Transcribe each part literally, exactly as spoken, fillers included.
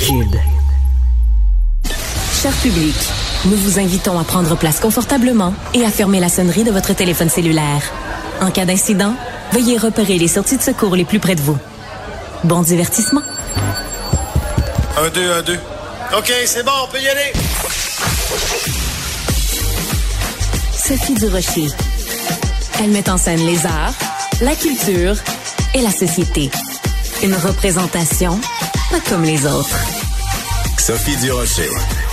Cube. Cher public, nous vous invitons à prendre place confortablement et à fermer la sonnerie de votre téléphone cellulaire. En cas d'incident, veuillez repérer les sorties de secours les plus près de vous. Bon divertissement. Un, deux, un, deux. OK, c'est bon, on peut y aller. Sophie Durocher. Elle met en scène les arts, la culture et la société. Une représentation pas comme les autres. Sophie Durocher.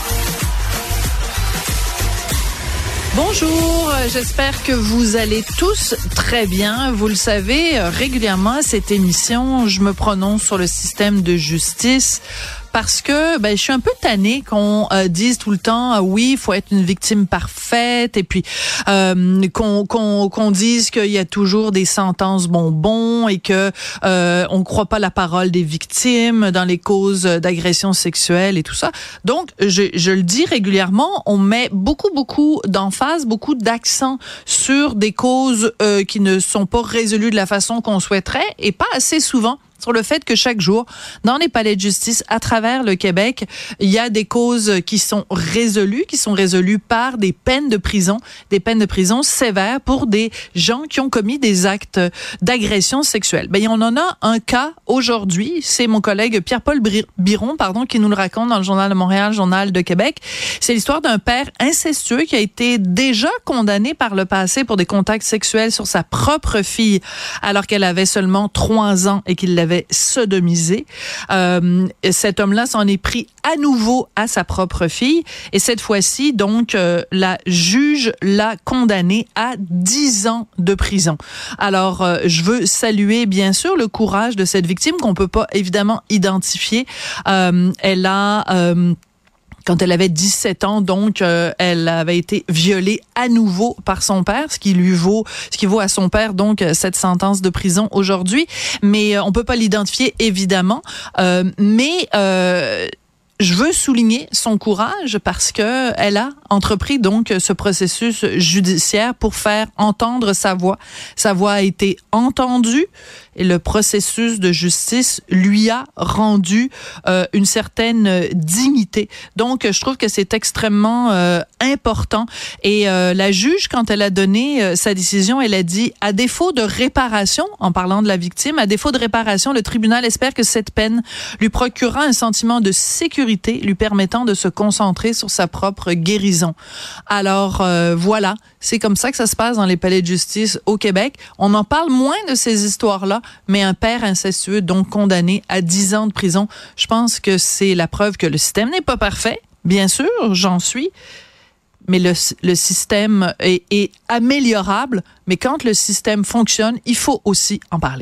Bonjour, j'espère que vous allez tous très bien. Vous le savez, régulièrement à cette émission, je me prononce sur le système de justice parce que ben je suis un peu tannée qu'on euh, dise tout le temps euh, oui, il faut être une victime parfaite et puis euh, qu'on qu'on qu'on dise qu'il y a toujours des sentences bonbons et que euh, on croit pas la parole des victimes dans les causes d'agression sexuelle et tout ça. Donc je je le dis régulièrement, on met beaucoup beaucoup d'emphase, beaucoup d'accent sur des causes euh, qui ne sont pas résolues de la façon qu'on souhaiterait et pas assez souvent sur le fait que chaque jour, dans les palais de justice à travers le Québec, il y a des causes qui sont résolues, qui sont résolues par des peines de prison, des peines de prison sévères pour des gens qui ont commis des actes d'agression sexuelle. Ben, on en a un cas aujourd'hui, c'est mon collègue Pierre-Paul Biron, pardon, qui nous le raconte dans le Journal de Montréal, Journal de Québec. C'est l'histoire d'un père incestueux qui a été déjà condamné par le passé pour des contacts sexuels sur sa propre fille, alors qu'elle avait seulement trois ans et qu'il l'avait sodomisé. Euh, cet homme-là s'en est pris à nouveau à sa propre fille et cette fois-ci, donc, euh, la juge l'a condamné à dix ans de prison. Alors, euh, je veux saluer, bien sûr, le courage de cette victime qu'on peut pas, évidemment, identifier. Euh, elle a... Euh, Quand elle avait dix-sept ans, donc, euh, elle avait été violée à nouveau par son père, ce qui lui vaut, ce qui vaut à son père, donc, cette sentence de prison aujourd'hui. Mais euh, on peut pas l'identifier, évidemment. Euh, mais euh, je veux souligner son courage parce que elle a entrepris donc ce processus judiciaire pour faire entendre sa voix. Sa voix a été entendue et le processus de justice lui a rendu euh, une certaine dignité. Donc, je trouve que c'est extrêmement euh, important. Et euh, la juge, quand elle a donné euh, sa décision, elle a dit, à défaut de réparation, en parlant de la victime, à défaut de réparation, le tribunal espère que cette peine lui procurera un sentiment de sécurité, lui permettant de se concentrer sur sa propre guérison. Alors, euh, voilà, c'est comme ça que ça se passe dans les palais de justice au Québec. On en parle moins de ces histoires-là, mais un père incestueux, donc condamné à dix ans de prison, je pense que c'est la preuve que le système n'est pas parfait. Bien sûr, j'en suis, mais le, le système est, est améliorable. Mais quand le système fonctionne, il faut aussi en parler.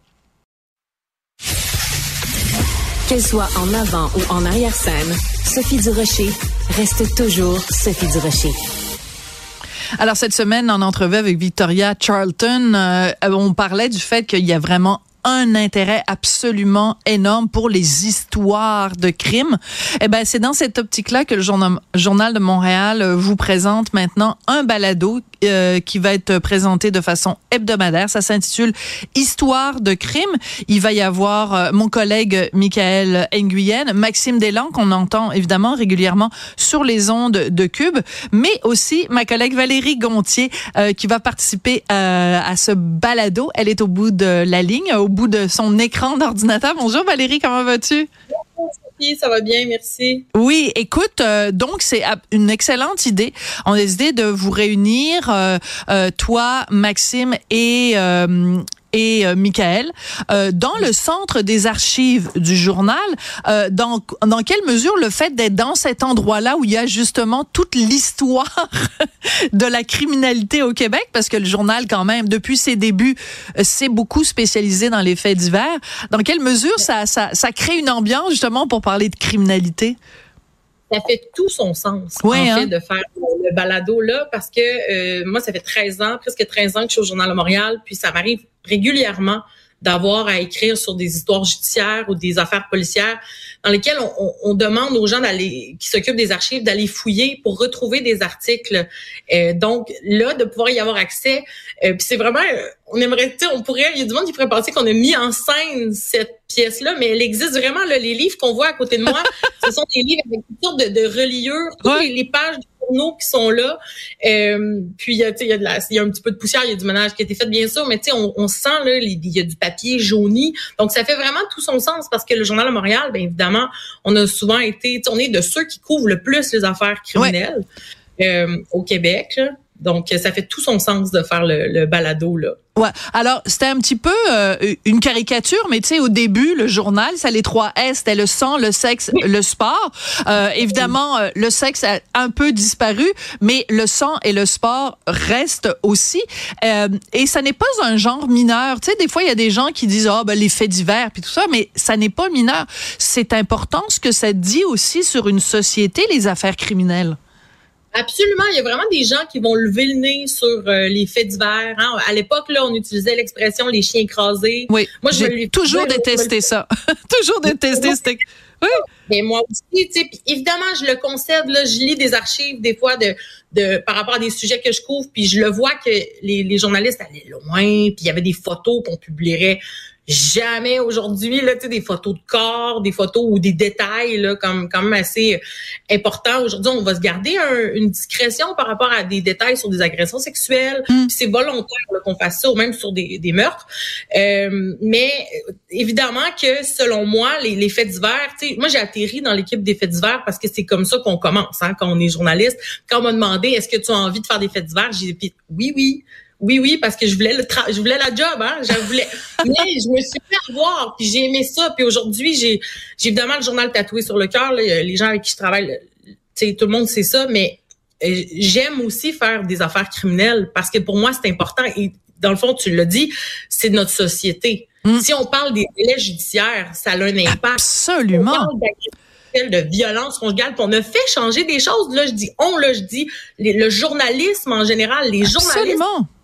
Qu'elle soit en avant ou en arrière-scène, Sophie Durocher reste toujours Sophie Durocher. Alors, cette semaine, en entrevue avec Victoria Charlton, euh, on parlait du fait qu'il y a vraiment un intérêt absolument énorme pour les histoires de crimes. Eh ben, c'est dans cette optique-là que le Journal, Journal de Montréal vous présente maintenant un balado euh, qui va être présenté de façon hebdomadaire. Ça s'intitule Histoire de crime. Il va y avoir euh, mon collègue Michael Nguyen, Maxime Delan, qu'on entend évidemment régulièrement sur les ondes de Cube, mais aussi ma collègue Valérie Gontier euh, qui va participer euh, à ce balado. Elle est au bout de la ligne, au bout de son écran d'ordinateur. Bonjour Valérie, comment vas-tu? Bonjour Sophie, ça va bien, merci. Oui, écoute, euh, donc c'est une excellente idée. On a décidé de vous réunir, euh, euh, toi, Maxime et... Euh, et euh, Michael, euh, dans le centre des archives du journal, euh, dans, dans quelle mesure le fait d'être dans cet endroit-là où il y a justement toute l'histoire de la criminalité au Québec, parce que le journal, quand même, depuis ses débuts, s'est beaucoup spécialisé dans les faits divers, dans quelle mesure ça, ça, ça crée une ambiance justement pour parler de criminalité? Ça fait tout son sens, ouais, en hein? fait, de faire le balado là, parce que euh, moi, ça fait treize ans, presque treize ans que je suis au Journal de Montréal, puis ça m'arrive régulièrement d'avoir à écrire sur des histoires judiciaires ou des affaires policières dans lesquelles on, on, on demande aux gens d'aller qui s'occupent des archives d'aller fouiller pour retrouver des articles. Euh, donc là, de pouvoir y avoir accès, euh, puis c'est vraiment, on aimerait, tu sais, on pourrait, il y a du monde qui pourrait penser qu'on a mis en scène cette pièce-là, mais elle existe vraiment. Là, les livres qu'on voit à côté de moi, ce sont des livres avec toutes sortes de, de reliures, toutes ouais. les, les pages de journaux qui sont là. Euh, puis il y a, tu sais, il y a de la, il y a un petit peu de poussière, il y a du ménage qui a été fait bien sûr, mais tu sais, on, on sent là, il y a du papier jauni. Donc ça fait vraiment tout son sens parce que le Journal de Montréal, bien évidemment, on a souvent été, on est de ceux qui couvrent le plus les affaires criminelles ouais. euh, au Québec. Là. Donc, ça fait tout son sens de faire le, le balado, là. Ouais. Alors, c'était un petit peu euh, une caricature, mais tu sais, au début, le journal, ça les trois S, c'était le sang, le sexe, oui. le sport. Euh, évidemment, euh, le sexe a un peu disparu, mais le sang et le sport restent aussi. Euh, et ça n'est pas un genre mineur. Tu sais, des fois, il y a des gens qui disent, ah, oh, ben, les faits divers, puis tout ça, mais ça n'est pas mineur. C'est important ce que ça dit aussi sur une société, les affaires criminelles. Absolument, il y a vraiment des gens qui vont lever le nez sur euh, les faits divers. Hein. À l'époque, là, on utilisait l'expression les chiens écrasés. Oui, moi, je j'ai toujours disais, détesté ça. toujours détesté. C'était... Oui. Mais moi aussi, tu sais, puis évidemment, je le concède. Là, je lis des archives des fois de, de par rapport à des sujets que je couvre, puis je le vois que les, les journalistes allaient loin, puis il y avait des photos qu'on publierait jamais aujourd'hui, là, tu sais, des photos de corps, des photos ou des détails, là, comme, quand même assez importants. Aujourd'hui, on va se garder un, une discrétion par rapport à des détails sur des agressions sexuelles. Mm. Puis c'est volontaire là, qu'on fasse ça, ou même sur des, des meurtres. Euh, mais évidemment que, selon moi, les, les faits divers, tu sais, moi, j'ai atterri dans l'équipe des faits divers parce que c'est comme ça qu'on commence, hein, quand on est journaliste. Quand on m'a demandé, est-ce que tu as envie de faire des faits divers? J'ai dit, oui, oui. Oui, oui, parce que je voulais le tra- je voulais la job, hein, je voulais. Mais je me suis fait revoir, puis j'ai aimé ça. Puis aujourd'hui, j'ai, j'ai évidemment le journal tatoué sur le cœur. Là, les gens avec qui je travaille, tu sais, tout le monde sait ça, mais euh, j'aime aussi faire des affaires criminelles parce que pour moi, c'est important. Et dans le fond, tu l'as dit, c'est notre société. Mmh. Si on parle des délais judiciaires, ça a un impact. Absolument. On parle de violence conjugale, puis on a fait changer des choses. Là, je dis on, là, je dis les, le journalisme en général, les Absolument. journalistes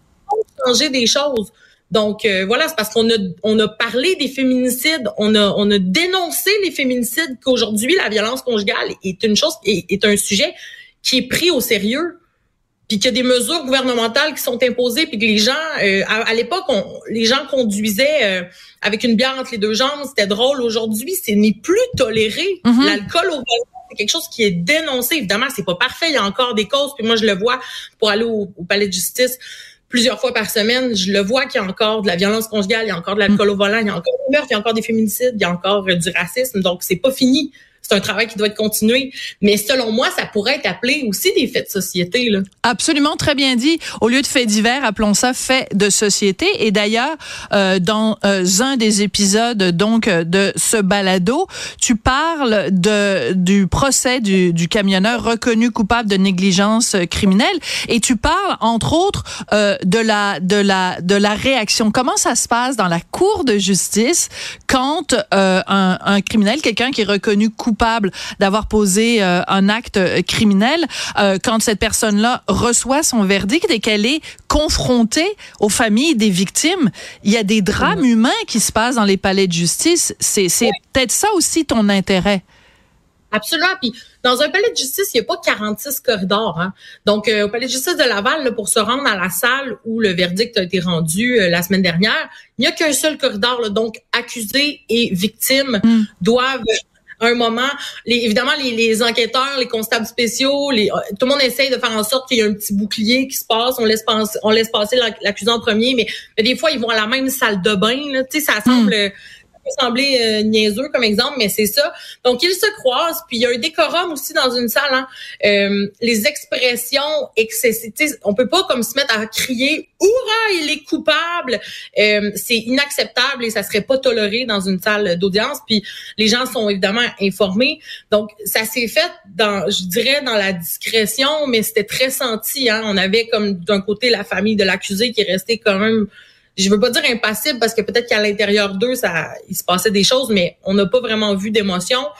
ont changé des choses. Donc euh, voilà, c'est parce qu'on a on a parlé des féminicides, on a on a dénoncé les féminicides qu'aujourd'hui la violence conjugale est une chose est, est un sujet qui est pris au sérieux. Puis qu'il y a des mesures gouvernementales qui sont imposées, puis que les gens, euh, à, à l'époque, on, les gens conduisaient euh, avec une bière entre les deux jambes, c'était drôle. Aujourd'hui, ce n'est plus toléré. Mm-hmm. L'alcool au volant, c'est quelque chose qui est dénoncé. Évidemment, c'est pas parfait, il y a encore des causes. Puis moi, je le vois pour aller au, au palais de justice plusieurs fois par semaine. Je le vois qu'il y a encore de la violence conjugale, il y a encore de l'alcool mm-hmm. au volant, il y a encore des meurtres, il y a encore des féminicides, il y a encore euh, du racisme. Donc, c'est pas fini. C'est un travail qui doit être continué. Mais selon moi, ça pourrait être appelé aussi des faits de société, là. Absolument, très bien dit. Au lieu de faits divers, appelons ça faits de société. Et d'ailleurs, euh, dans euh, un des épisodes donc de ce balado, tu parles de du procès du, du camionneur reconnu coupable de négligence criminelle. Et tu parles, entre autres, euh, de la de la de la réaction. Comment ça se passe dans la cour de justice quand euh, un, un criminel, quelqu'un qui est reconnu coupable coupable d'avoir posé euh, un acte euh, criminel, euh, quand cette personne-là reçoit son verdict et qu'elle est confrontée aux familles des victimes, il y a des drames mmh. humains qui se passent dans les palais de justice. C'est, c'est ouais. peut-être ça aussi ton intérêt. Absolument. Puis dans un palais de justice, il n'y a pas quarante-six corridors. Hein. Donc, euh, au palais de justice de Laval, là, pour se rendre à la salle où le verdict a été rendu euh, la semaine dernière, il n'y a qu'un seul corridor. Là. Donc, accusés et victimes mmh. doivent... À un moment, les, évidemment, les, les enquêteurs, les constables spéciaux, les, tout le monde essaye de faire en sorte qu'il y ait un petit bouclier qui se passe. On laisse passer, on laisse passer l'accusé en premier, mais, mais des fois, ils vont à la même salle de bain. Là, tu sais, ça semble... Mm. peut sembler euh, niaiseux comme exemple, mais c'est ça. Donc, ils se croisent, puis il y a un décorum aussi dans une salle. Hein. Euh, les expressions excessives, on peut pas comme se mettre à crier « Hurrah, il est coupable! Euh, » C'est inacceptable et ça serait pas toléré dans une salle d'audience. Puis les gens sont évidemment informés. Donc, ça s'est fait dans, je dirais, dans la discrétion, mais c'était très senti. Hein. On avait comme d'un côté la famille de l'accusé qui est restée quand même... Je veux pas dire impassible parce que peut-être qu'à l'intérieur d'eux, ça, il se passait des choses, mais on n'a pas vraiment vu d'émotion.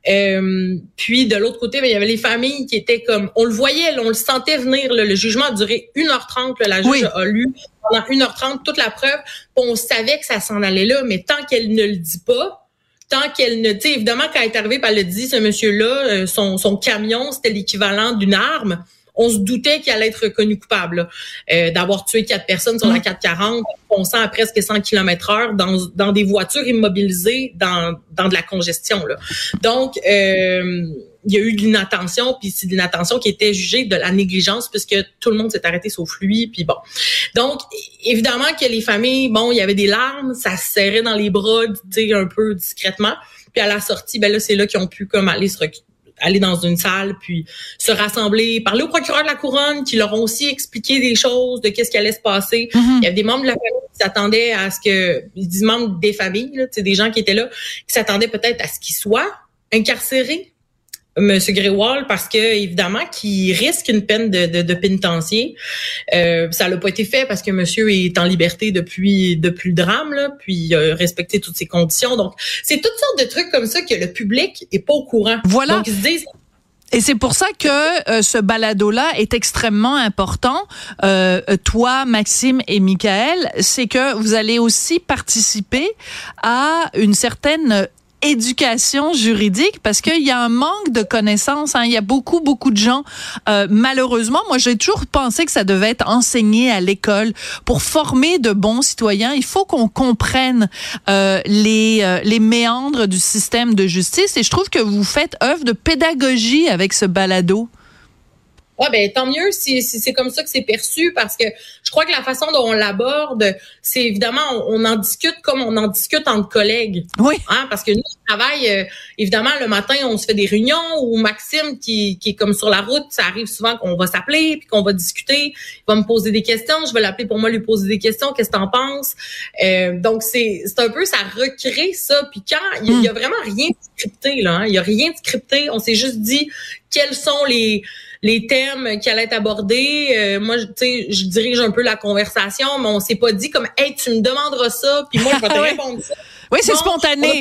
Euh, puis de l'autre côté, ben, il y avait les familles qui étaient comme, on le voyait, là, on le sentait venir. Là, le jugement a duré une heure trente. Là, la juge oui. a lu pendant une heure trente toute la preuve. On savait que ça s'en allait là, mais tant qu'elle ne le dit pas, tant qu'elle ne, tu sais, évidemment, quand elle est arrivée, elle le dit, ce monsieur-là, son, son camion, c'était l'équivalent d'une arme. On se doutait qu'il allait être reconnu coupable euh, d'avoir tué quatre personnes sur mmh. la quatre quarante, fonçant à presque cent kilomètres heure dans, dans des voitures immobilisées dans, dans de la congestion. Là. Donc, euh, il y a eu de l'inattention, puis c'est de l'inattention qui était jugée de la négligence puisque tout le monde s'est arrêté sauf lui, puis bon. Donc, évidemment que les familles, bon, il y avait des larmes, ça se serrait dans les bras, tu sais, un peu discrètement. Puis à la sortie, ben là, c'est là qu'ils ont pu comme aller se reculer. aller dans une salle, puis se rassembler, parler au procureur de la Couronne, qui leur ont aussi expliqué des choses, de qu'est-ce qui allait se passer. Mm-hmm. Il y avait des membres de la famille qui s'attendaient à ce que, ils disent membres des familles, là, des gens qui étaient là, qui s'attendaient peut-être à ce qu'ils soient incarcérés, Monsieur Grewal, parce que évidemment qu'il risque une peine de, de, de pénitencier. Euh, ça n'a pas été fait parce que Monsieur est en liberté depuis depuis le drame, là, puis euh, respecter toutes ses conditions. Donc c'est toutes sortes de trucs comme ça que le public est pas au courant. Voilà. Donc ils se disent. Et c'est pour ça que euh, ce balado-là est extrêmement important. Euh, toi, Maxime et Michael, c'est que vous allez aussi participer à une certaine éducation juridique parce qu'il y a un manque de connaissances. Hein. Il y a beaucoup, beaucoup de gens. Euh, malheureusement, moi, j'ai toujours pensé que ça devait être enseigné à l'école pour former de bons citoyens. Il faut qu'on comprenne euh, les, euh, les méandres du système de justice et je trouve que vous faites œuvre de pédagogie avec ce balado. Ah ben tant mieux si, si c'est comme ça que c'est perçu parce que je crois que la façon dont on l'aborde, c'est évidemment on, on en discute comme on en discute entre collègues. Oui. Hein, parce que nous on travaille euh, évidemment le matin on se fait des réunions où Maxime qui qui est comme sur la route, ça arrive souvent qu'on va s'appeler puis qu'on va discuter, il va me poser des questions, je vais l'appeler pour moi lui poser des questions, qu'est-ce que t'en penses? Euh, donc c'est c'est un peu ça recrée ça puis quand il mm. y, y a vraiment rien de scripté là, hein, il y a rien de scripté, on s'est juste dit quels sont les les thèmes qui allaient être abordés. Euh, moi, tu sais, je dirige un peu la conversation, mais on s'est pas dit comme, hey, tu me demanderas ça, puis moi, je vais te répondre ça. Oui, c'est non, spontané.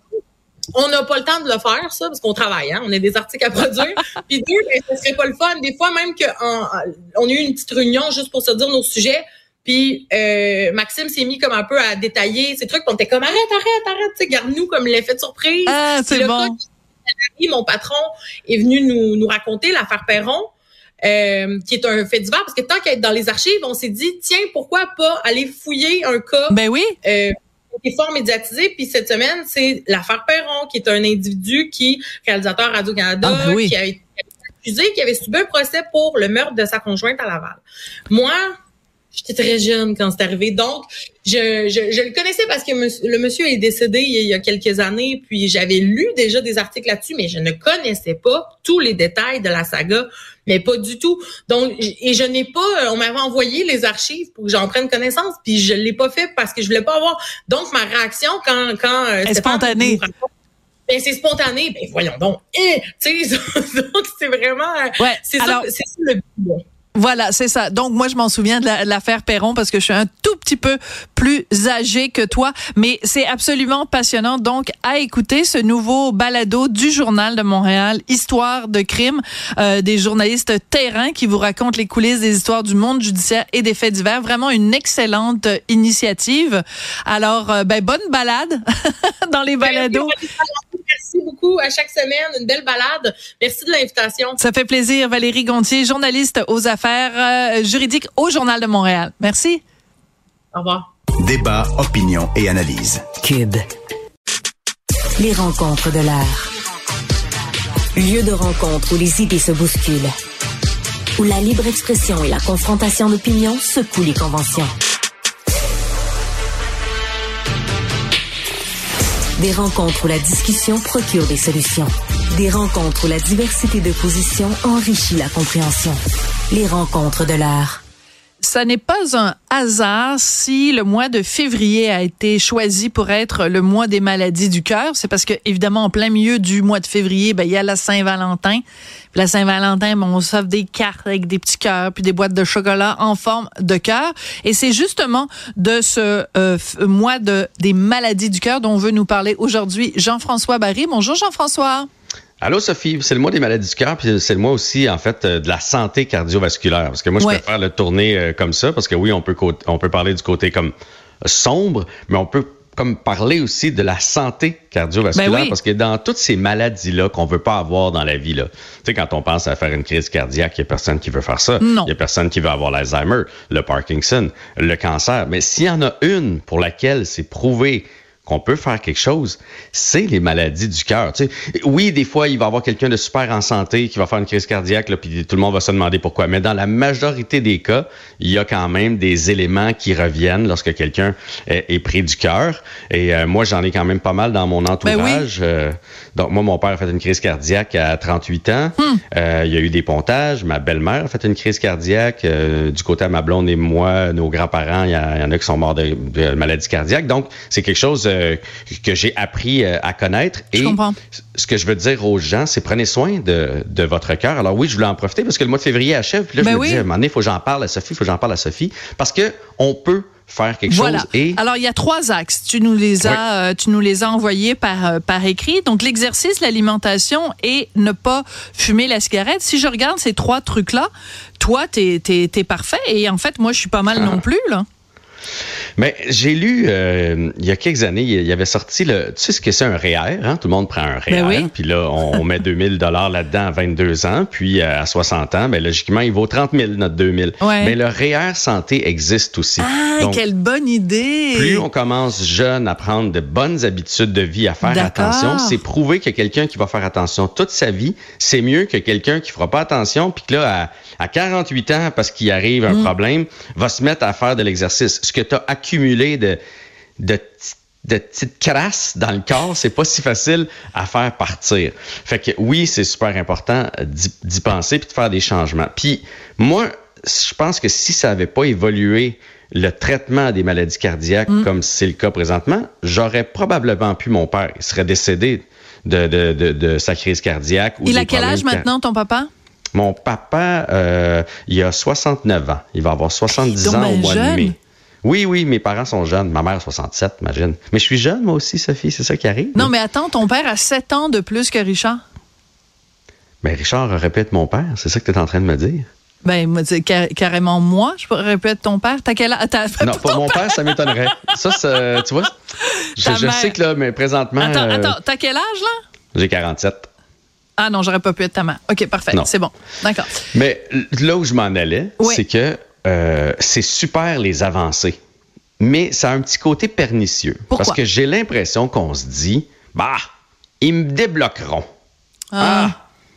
On n'a pas le temps de le faire, ça, parce qu'on travaille, hein. On a des articles à produire. Puis deux, ben, ce serait pas le fun. Des fois, même qu'on a eu une petite réunion juste pour se dire nos sujets, puis euh, Maxime s'est mis comme un peu à détailler ces trucs, puis on était comme, arrête, arrête, arrête, tu sais, garde-nous comme l'effet de surprise. Ah, c'est bon. Mon patron est venu nous, nous raconter l'affaire Perron, euh, qui est un fait divers, parce que tant qu'à être dans les archives, on s'est dit, tiens, pourquoi pas aller fouiller un cas ben oui. euh, qui est fort médiatisé. Puis cette semaine, c'est l'affaire Perron, qui est un individu qui, réalisateur Radio-Canada, ah ben oui. qui a été accusé, qui avait subi un procès pour le meurtre de sa conjointe à Laval. Moi, j'étais très jeune quand c'est arrivé, donc je, je, je le connaissais parce que monsieur, le monsieur est décédé il y a quelques années, puis j'avais lu déjà des articles là-dessus, mais je ne connaissais pas tous les détails de la saga, mais pas du tout. Donc, et je n'ai pas, on m'avait envoyé les archives pour que j'en prenne connaissance, puis je l'ai pas fait parce que je voulais pas avoir. Donc ma réaction quand quand euh, c'est spontané. Ben c'est spontané, ben voyons donc, eh, tu sais, donc c'est vraiment, ouais, c'est alors, ça, c'est ça le but. Voilà, c'est ça. Donc, moi, je m'en souviens de, la, de l'affaire Perron parce que je suis un tout petit peu plus âgée que toi. Mais c'est absolument passionnant. Donc, à écouter ce nouveau balado du Journal de Montréal, Histoire de crime, euh, des journalistes terrain qui vous racontent les coulisses des histoires du monde judiciaire et des faits divers. Vraiment une excellente initiative. Alors, euh, ben, bonne balade dans les balados. Merci beaucoup à chaque semaine, une belle balade. Merci de l'invitation. Ça fait plaisir. Valérie Gontier, journaliste aux affaires euh, juridiques au Journal de Montréal. Merci. Au revoir. Débat, opinion et analyse. Cube. Les rencontres de l'heure. Lieu de rencontre où les idées se bousculent. Où la libre expression et la confrontation d'opinions secouent les conventions. Des rencontres où la discussion procure des solutions. Des rencontres où la diversité de positions enrichit la compréhension. Les rencontres de l'heure. Ça n'est pas un hasard si le mois de février a été choisi pour être le mois des maladies du cœur. C'est parce que, évidemment, en plein milieu du mois de février, ben, il y a la Saint-Valentin. Puis la Saint-Valentin, ben, on s'offre des cartes avec des petits cœurs puis des boîtes de chocolat en forme de cœur. Et c'est justement de ce euh, mois de, des maladies du cœur dont veut nous parler aujourd'hui Jean-François Barry. Bonjour, Jean-François. Allô, Sophie, c'est le mois des maladies du cœur, puis c'est le mois aussi, en fait, de la santé cardiovasculaire. Parce que moi, je ouais. préfère le tourner euh, comme ça, parce que oui, on peut, on peut parler du côté comme sombre, mais on peut comme parler aussi de la santé cardiovasculaire, ben oui. parce que dans toutes ces maladies-là qu'on veut pas avoir dans la vie, là, tu sais, quand on pense à faire une crise cardiaque, il y a personne qui veut faire ça. Il y a personne qui veut avoir l'Alzheimer, le Parkinson, le cancer. Mais s'il y en a une pour laquelle c'est prouvé qu'on peut faire quelque chose, c'est les maladies du cœur. Tu sais, oui, des fois, il va y avoir quelqu'un de super en santé qui va faire une crise cardiaque, là, puis tout le monde va se demander pourquoi. Mais dans la majorité des cas, il y a quand même des éléments qui reviennent lorsque quelqu'un est, est pris du cœur. Et euh, moi, j'en ai quand même pas mal dans mon entourage. Ben oui. euh, donc, moi, mon père a fait une crise cardiaque à trente-huit ans. Hum. Euh, il y a eu des pontages. Ma belle-mère a fait une crise cardiaque. Euh, du côté à ma blonde et moi, nos grands-parents, il y, y en a qui sont morts de, de maladie cardiaque. Donc, c'est quelque chose euh, que j'ai appris euh, à connaître. Et je comprends. Ce que je veux dire aux gens, c'est prenez soin de, de votre cœur. Alors oui, je voulais en profiter parce que le mois de février achève. Puis là, ben je me oui. dis, à un moment donné, il faut que j'en parle à Sophie, il faut que j'en parle à Sophie. Parce que on peut faire quelque voilà. chose. Et... Alors, il y a trois axes. Tu nous les as, oui. euh, tu nous les as envoyés par, euh, par écrit. Donc, l'exercice, l'alimentation et ne pas fumer la cigarette. Si je regarde ces trois trucs-là, toi, t'es, t'es, t'es parfait. Et en fait, moi, je suis pas mal ah. non plus, là. Mais j'ai lu, euh, il y a quelques années, il y avait sorti le... Tu sais ce que c'est un R E E R, hein? Tout le monde prend un R E E R. Ben oui. Puis là, on, on met deux mille dollars là-dedans à vingt-deux ans. Puis à soixante ans, ben logiquement, il vaut trente mille, notre deux mille. Ouais. Mais le R E E R santé existe aussi. Ah, donc, quelle bonne idée! Plus on commence jeune à prendre de bonnes habitudes de vie, à faire D'accord. attention, c'est prouvé que quelqu'un qui va faire attention toute sa vie, c'est mieux que quelqu'un qui fera pas attention, puis que là, à, à quarante-huit ans, parce qu'il arrive un mm. problème, va se mettre à faire de l'exercice. Ce que tu as accumulé de, de, de petites crasses dans le corps, c'est pas si facile à faire partir. Fait que oui, c'est super important d'y, d'y penser puis de faire des changements. Puis moi, je pense que si ça avait pas évolué le traitement des maladies cardiaques mm. comme c'est le cas présentement, j'aurais probablement pu, mon père, il serait décédé de, de, de, de sa crise cardiaque. Il a quel âge car... maintenant, ton papa? Mon papa, euh, il a soixante-neuf ans. Il va avoir soixante-dix ans au mois jeune. de mai. Oui, oui, mes parents sont jeunes. Ma mère a soixante-sept, imagine. Mais je suis jeune, moi aussi, Sophie, c'est ça qui arrive. Non, mais attends, ton père a sept ans de plus que Richard. Mais Richard répète mon père, c'est ça que tu es en train de me dire? Ben, car- carrément moi, je répète ton père. T'as quel âge? T'as... Non, pas mon père, père, ça m'étonnerait. Ça, c'est, tu vois, je, je sais que là, mais présentement... Attends, euh, attends, t'as quel âge, là? J'ai quarante-sept. Ah non, j'aurais pas pu être ta mère. OK, parfait, non. C'est bon. D'accord. Mais là où je m'en allais, oui. c'est que euh, c'est super les avancées. Mais ça a un petit côté pernicieux. Pourquoi? Parce que j'ai l'impression qu'on se dit, bah, ils me débloqueront. Ah,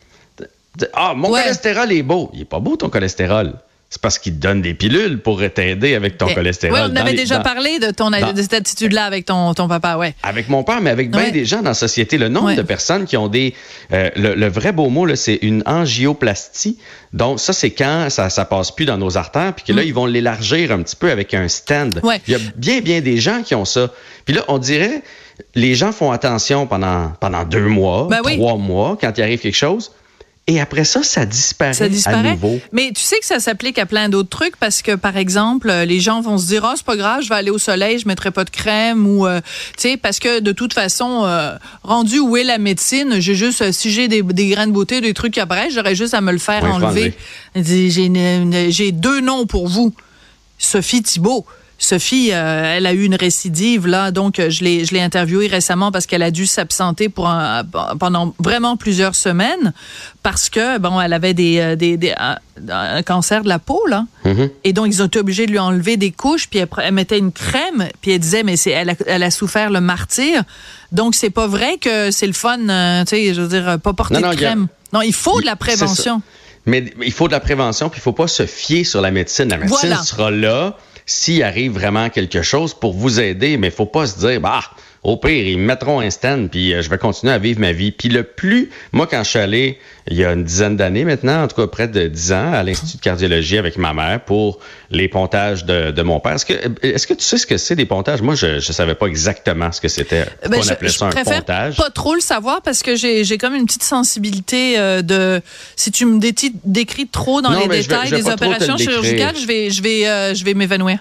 ah, ah mon ouais. cholestérol est beau. Il est pas beau, ton cholestérol. C'est parce qu'ils te donnent des pilules pour t'aider avec ton okay. cholestérol. Oui, on avait les, déjà dans, parlé de, ton, dans, de cette attitude-là avec ton, ton papa, ouais. Avec mon père, mais avec bien ouais. des gens dans la société. Le nombre ouais. de personnes qui ont des... Euh, le, le vrai beau mot, là, c'est une angioplastie. Donc, ça, c'est quand ça ça passe plus dans nos artères, puis que là, mm. ils vont l'élargir un petit peu avec un stand. Ouais. Il y a bien, bien des gens qui ont ça. Puis là, on dirait, les gens font attention pendant, pendant deux mois, ben trois oui. mois, quand il arrive quelque chose. Et après ça, ça disparaît, ça disparaît à nouveau. Mais tu sais que ça s'applique à plein d'autres trucs parce que, par exemple, les gens vont se dire « Ah, oh, c'est pas grave, je vais aller au soleil, je mettrai pas de crème. » ou, euh, tu sais, parce que de toute façon, euh, rendu où est la médecine, j'ai juste, si j'ai des, des grains de beauté, des trucs qui apparaissent, j'aurais juste à me le faire oui, enlever. J'ai, une, une, j'ai deux noms pour vous. Sophie Thibault. Sophie, euh, elle a eu une récidive, là, donc je l'ai, je l'ai interviewée récemment parce qu'elle a dû s'absenter pour un, pendant vraiment plusieurs semaines parce que, bon, elle avait des, des, des, un, un cancer de la peau, là. Mm-hmm. Et donc, ils ont été obligés de lui enlever des couches, puis elle, elle mettait une crème, puis elle disait, mais c'est, elle a, elle a souffert le martyre. Donc, c'est pas vrai que c'est le fun, euh, tu sais, je veux dire, pas porter non, non, de crème. A... Non, il faut il, de la prévention. Mais il faut de la prévention, puis il faut pas se fier sur la médecine. La médecine voilà. sera là s'il arrive vraiment quelque chose pour vous aider, mais il ne faut pas se dire, bah, au pire, ils me mettront un stand, puis euh, je vais continuer à vivre ma vie. Puis le plus, moi, quand je suis allé, il y a une dizaine d'années maintenant, en tout cas près de dix ans, à l'Institut de cardiologie avec ma mère pour les pontages de, de mon père. Est-ce que, est-ce que tu sais ce que c'est des pontages? Moi, je ne savais pas exactement ce que c'était. Ben, on je, appelait ça un pontage. Je préfère pas trop le savoir parce que j'ai, j'ai comme une petite sensibilité euh, de... Si tu me dé- décris trop dans non, les détails je vais, je vais des opérations chirurgicales, je vais, je vais, euh, je vais m'évanouir.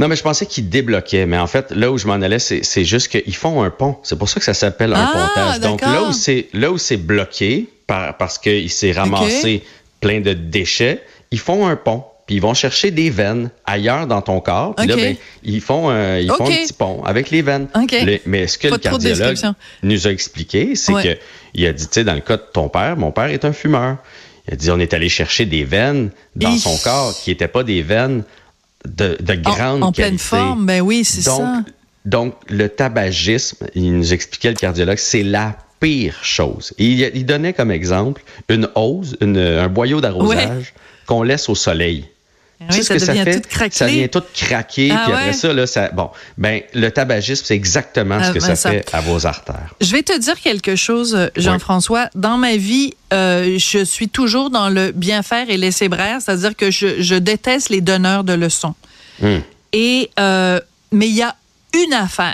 Non, mais je pensais qu'ils débloquaient. Mais en fait, là où je m'en allais, c'est, c'est juste qu'ils font un pont. C'est pour ça que ça s'appelle un ah, pontage. D'accord. Donc là où c'est, là où c'est bloqué, par, parce qu'il s'est ramassé okay. plein de déchets, ils font un pont. Puis ils vont chercher des veines ailleurs dans ton corps. Puis okay. là, ben, ils font, euh, ils okay. font un petit pont avec les veines. Okay. Le, mais ce que Pas le cardiologue nous a expliqué, c'est ouais. qu'il a dit, tu sais, dans le cas de ton père, mon père est un fumeur. Il a dit, on est allé chercher des veines dans Et... son corps qui n'étaient pas des veines de, de grande en, en qualité. pleine forme, ben oui, c'est donc, ça. Donc, le tabagisme, il nous expliquait, le cardiologue, c'est la pire chose. Et il, il donnait comme exemple une hausse, une, un boyau d'arrosage ouais. qu'on laisse au soleil. Oui, tu sais ça ce que devient ça fait? Tout craquelé. Ça vient tout craquer, ah, puis après ouais. ça, là, ça, bon, ben, le tabagisme, c'est exactement ah, ce que ben, ça, ça fait à vos artères. Je vais te dire quelque chose, Jean-François. Oui. Dans ma vie, euh, je suis toujours dans le bien faire et laisser braire, c'est-à-dire que je, je déteste les donneurs de leçons. Hum. Et, euh, mais il y a une affaire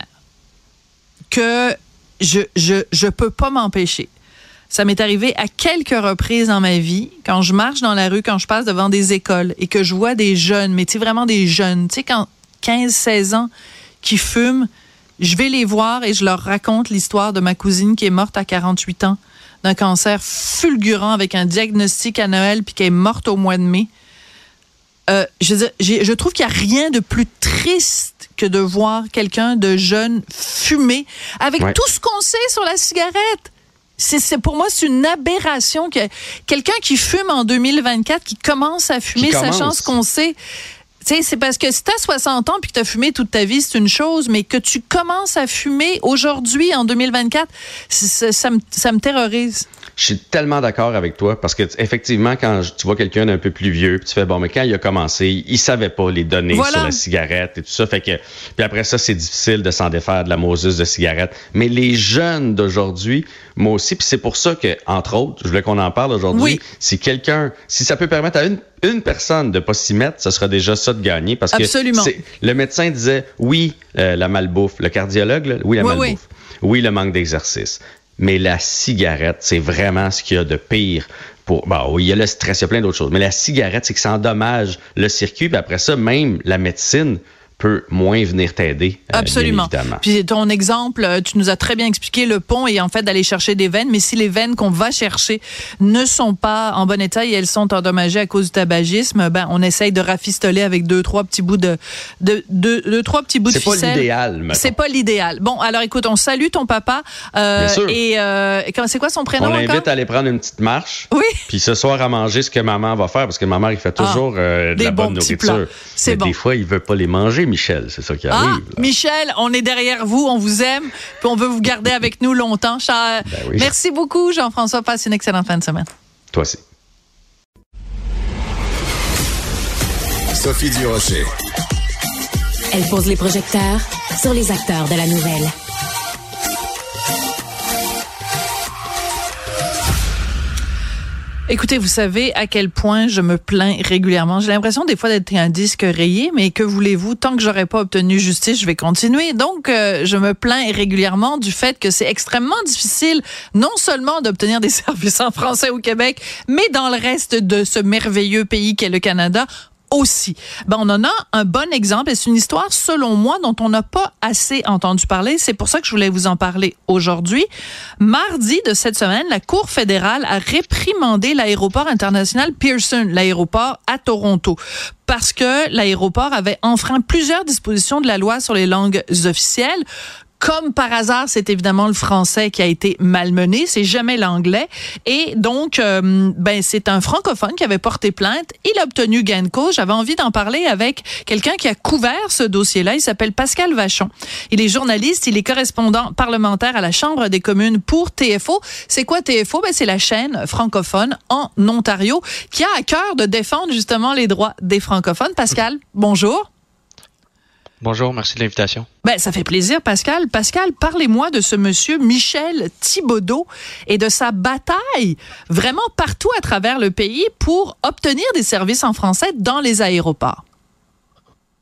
que je, je, je peux pas m'empêcher. Ça m'est arrivé à quelques reprises dans ma vie, quand je marche dans la rue, quand je passe devant des écoles et que je vois des jeunes, mais tu sais, vraiment des jeunes, tu sais, quand quinze seize ans, qui fument, je vais les voir et je leur raconte l'histoire de ma cousine qui est morte à quarante-huit ans d'un cancer fulgurant avec un diagnostic à Noël puis qui est morte au mois de mai. Euh, je, veux dire, j'ai, je trouve qu'il n'y a rien de plus triste que de voir quelqu'un de jeune fumer avec ouais. tout ce qu'on sait sur la cigarette. C'est, c'est, pour moi, c'est une aberration que quelqu'un qui fume en deux mille vingt-quatre, qui commence à fumer, sachant ce qu'on sait. Tu sais, c'est parce que si t'as soixante ans puis que t'as fumé toute ta vie, c'est une chose, mais que tu commences à fumer aujourd'hui, en deux mille vingt-quatre, ça, ça, me, ça me terrorise. Je suis tellement d'accord avec toi parce que effectivement, quand tu vois quelqu'un d'un peu plus vieux, puis tu fais bon, mais quand il a commencé, il savait pas les données voilà. sur la cigarette et tout ça, fait que puis après ça, c'est difficile de s'en défaire de la moseuse de cigarette. Mais les jeunes d'aujourd'hui, moi aussi, puis c'est pour ça que entre autres, je voulais qu'on en parle aujourd'hui. Oui. Si quelqu'un, si ça peut permettre à une une personne de pas s'y mettre, ça sera déjà ça de gagner parce Absolument. que c'est, le médecin disait oui, euh, la malbouffe, le cardiologue, là, oui la oui, malbouffe, oui. oui le manque d'exercice. Mais la cigarette, c'est vraiment ce qu'il y a de pire. Pour, bon, oui, il y a le stress, il y a plein d'autres choses. Mais la cigarette, c'est que ça endommage le circuit. Puis après ça, même la médecine peut moins venir t'aider. Euh, Absolument. Puis ton exemple, tu nous as très bien expliqué le pont et en fait d'aller chercher des veines. Mais si les veines qu'on va chercher ne sont pas en bon état et elles sont endommagées à cause du tabagisme, ben on essaye de rafistoler avec deux trois petits bouts de de deux, deux trois petits bouts c'est de ficelle. C'est pas l'idéal. Mettons. C'est pas l'idéal. Bon, alors écoute, on salue ton papa. Euh, bien sûr. Et euh, c'est quoi son prénom On encore? l'invite à aller prendre une petite marche. Oui. Puis ce soir à manger ce que maman va faire parce que maman il fait toujours ah, euh, de la bonne nourriture. Plats. C'est Mais bon. Des fois il veut pas les manger, Michel. C'est ça qui Ah, arrive. Là. Michel, on est derrière vous, on vous aime, puis on veut vous garder avec nous longtemps. Cher. Ben oui. Merci beaucoup, Jean-François. Passe une excellente fin de semaine. Toi aussi. Sophie Durocher. Elle pose les projecteurs sur les acteurs de la nouvelle. Écoutez, vous savez à quel point je me plains régulièrement. J'ai l'impression des fois d'être un disque rayé, mais que voulez-vous? Tant que j'aurais pas obtenu justice, je vais continuer. Donc, euh, je me plains régulièrement du fait que c'est extrêmement difficile, non seulement d'obtenir des services en français au Québec, mais dans le reste de ce merveilleux pays qu'est le Canada aussi. Ben, on en a un bon exemple et c'est une histoire, selon moi, dont on n'a pas assez entendu parler. C'est pour ça que je voulais vous en parler aujourd'hui. Mardi de cette semaine, la Cour fédérale a réprimandé l'aéroport international Pearson, l'aéroport à Toronto, parce que l'aéroport avait enfreint plusieurs dispositions de la loi sur les langues officielles. Comme par hasard, c'est évidemment le français qui a été malmené, c'est jamais l'anglais. Et donc, euh, ben c'est un francophone qui avait porté plainte. Il a obtenu gain de cause. J'avais envie d'en parler avec quelqu'un qui a couvert ce dossier-là. Il s'appelle Pascal Vachon. Il est journaliste, il est correspondant parlementaire à la Chambre des communes pour T F O. C'est quoi T F O? Ben c'est la chaîne francophone en Ontario qui a à cœur de défendre justement les droits des francophones. Pascal, bonjour. Bonjour, merci de l'invitation. Ben, ça fait plaisir, Pascal. Pascal, parlez-moi de ce monsieur Michel Thibodeau et de sa bataille vraiment partout à travers le pays pour obtenir des services en français dans les aéroports.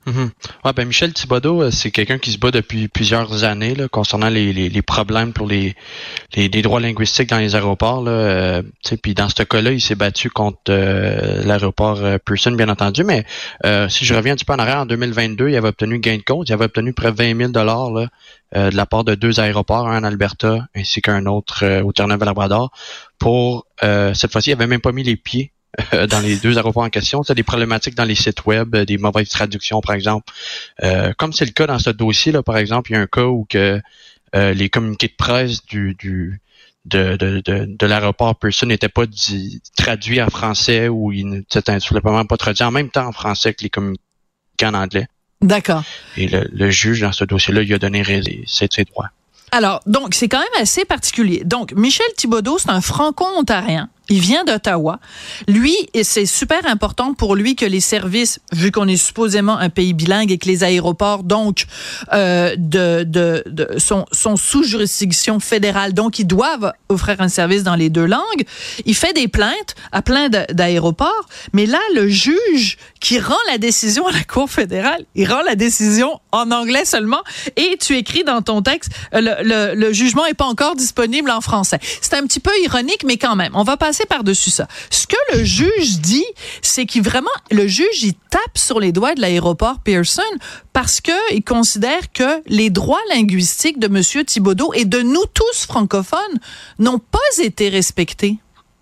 Mm-hmm. Ouais, ben Michel Thibodeau, c'est quelqu'un qui se bat depuis plusieurs années là, concernant les, les, les problèmes pour les, les, les droits linguistiques dans les aéroports. Là, euh, puis dans ce cas-là, il s'est battu contre euh, l'aéroport euh, Pearson, bien entendu. Mais euh, si je reviens un petit peu en arrière, en deux mille vingt-deux, il avait obtenu gain de cause. Il avait obtenu près de vingt mille dollars là, euh, de la part de deux aéroports, un en Alberta ainsi qu'un autre euh, au Terre-Neuve-Labrador. Pour euh, cette fois-ci, il avait même pas mis les pieds dans les deux aéroports en question. C'est des problématiques dans les sites web, des mauvaises traductions, par exemple. Euh, comme c'est le cas dans ce dossier-là, par exemple, il y a un cas où que euh, les communiqués de presse du, du de, de, de, de l'aéroport Pearson n'étaient pas dit, traduits en français ou ils n'étaient simplement pas traduits en même temps en français que les communiqués en anglais. D'accord. Et le, le juge, dans ce dossier-là, il a donné ses, ses droits. Alors, donc, c'est quand même assez particulier. Donc, Michel Thibodeau, c'est un franco-ontarien. Il vient d'Ottawa. Lui, et c'est super important pour lui que les services, vu qu'on est supposément un pays bilingue et que les aéroports, donc, euh, de, de, de, sont, sont sous juridiction fédérale, donc ils doivent offrir un service dans les deux langues. Il fait des plaintes à plein de, d'aéroports, mais là, le juge qui rend la décision à la Cour fédérale, il rend la décision en anglais seulement, et tu écris dans ton texte, le, le, le jugement est pas encore disponible en français. C'est un petit peu ironique, mais quand même, on va passer par-dessus ça. Ce que le juge dit, c'est qu'il vraiment, le juge, il tape sur les doigts de l'aéroport Pearson parce que il considère que les droits linguistiques de M. Thibodeau et de nous tous francophones n'ont pas été respectés.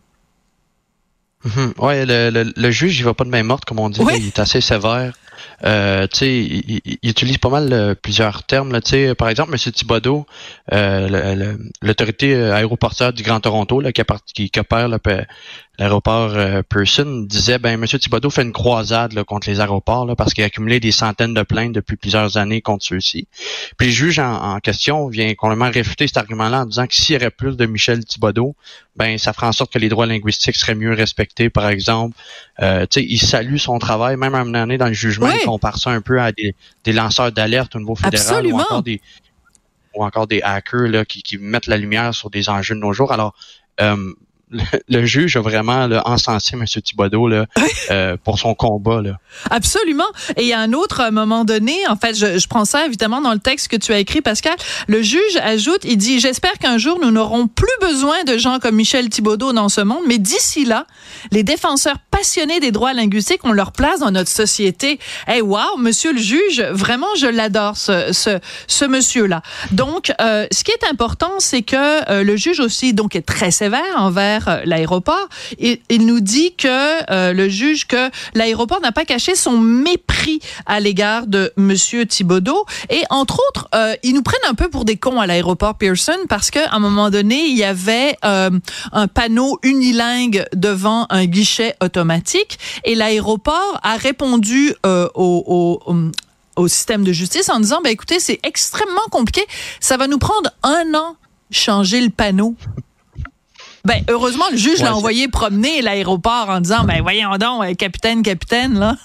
Mm-hmm. Ouais, le, le, le juge, il va pas de main morte, comme on dit. Oui. Là, il est assez sévère. Euh, tu sais, il, il, il utilise pas mal euh, plusieurs termes. Là, tu sais, par exemple, M. Thibodeau, euh, le, le, l'autorité aéroportuaire du Grand Toronto, là, qui, qui, qui opère là, l'aéroport euh, Pearson, disait, ben, M. Thibodeau fait une croisade là, contre les aéroports là, parce qu'il a accumulé des centaines de plaintes depuis plusieurs années contre ceux-ci. Puis le juge en, en question vient complètement réfuter cet argument-là en disant que s'il y aurait plus de Michel Thibodeau, ben, ça ferait en sorte que les droits linguistiques seraient mieux respectés, par exemple. Euh, tu sais, il salue son travail, même à un moment donné dans le jugement, oui. Il compare ça un peu à des, des lanceurs d'alerte au niveau fédéral. Absolument. ou encore des ou encore des hackers là, qui, qui mettent la lumière sur des enjeux de nos jours. Alors, euh, le, le juge a vraiment là, encensé M. Thibodeau là, euh, pour son combat. Là. Absolument. Et il y a un autre moment donné, en fait, je, je prends ça évidemment dans le texte que tu as écrit, Pascal. Le juge ajoute, il dit, j'espère qu'un jour nous n'aurons plus besoin de gens comme Michel Thibodeau dans ce monde, mais d'ici là, les défenseurs passionnés des droits linguistiques ont leur place dans notre société. Eh hey, wow, monsieur le juge, vraiment, je l'adore, ce, ce, ce monsieur-là. Donc, euh, ce qui est important, c'est que euh, le juge aussi, donc, est très sévère envers euh, l'aéroport. Et il nous dit que euh, le juge que l'aéroport n'a pas caché son mépris à l'égard de monsieur Thibodeau. Et entre autres, euh, ils nous prennent un peu pour des cons à l'aéroport Pearson parce qu'à un moment donné, il y avait euh, un panneau unilingue devant un guichet automatique et l'aéroport a répondu euh, au, au, au système de justice en disant, ben écoutez, c'est extrêmement compliqué, ça va nous prendre un an changer le panneau. Ben heureusement, le juge ouais, l'a envoyé promener l'aéroport en disant, ben voyons donc, capitaine, capitaine, là.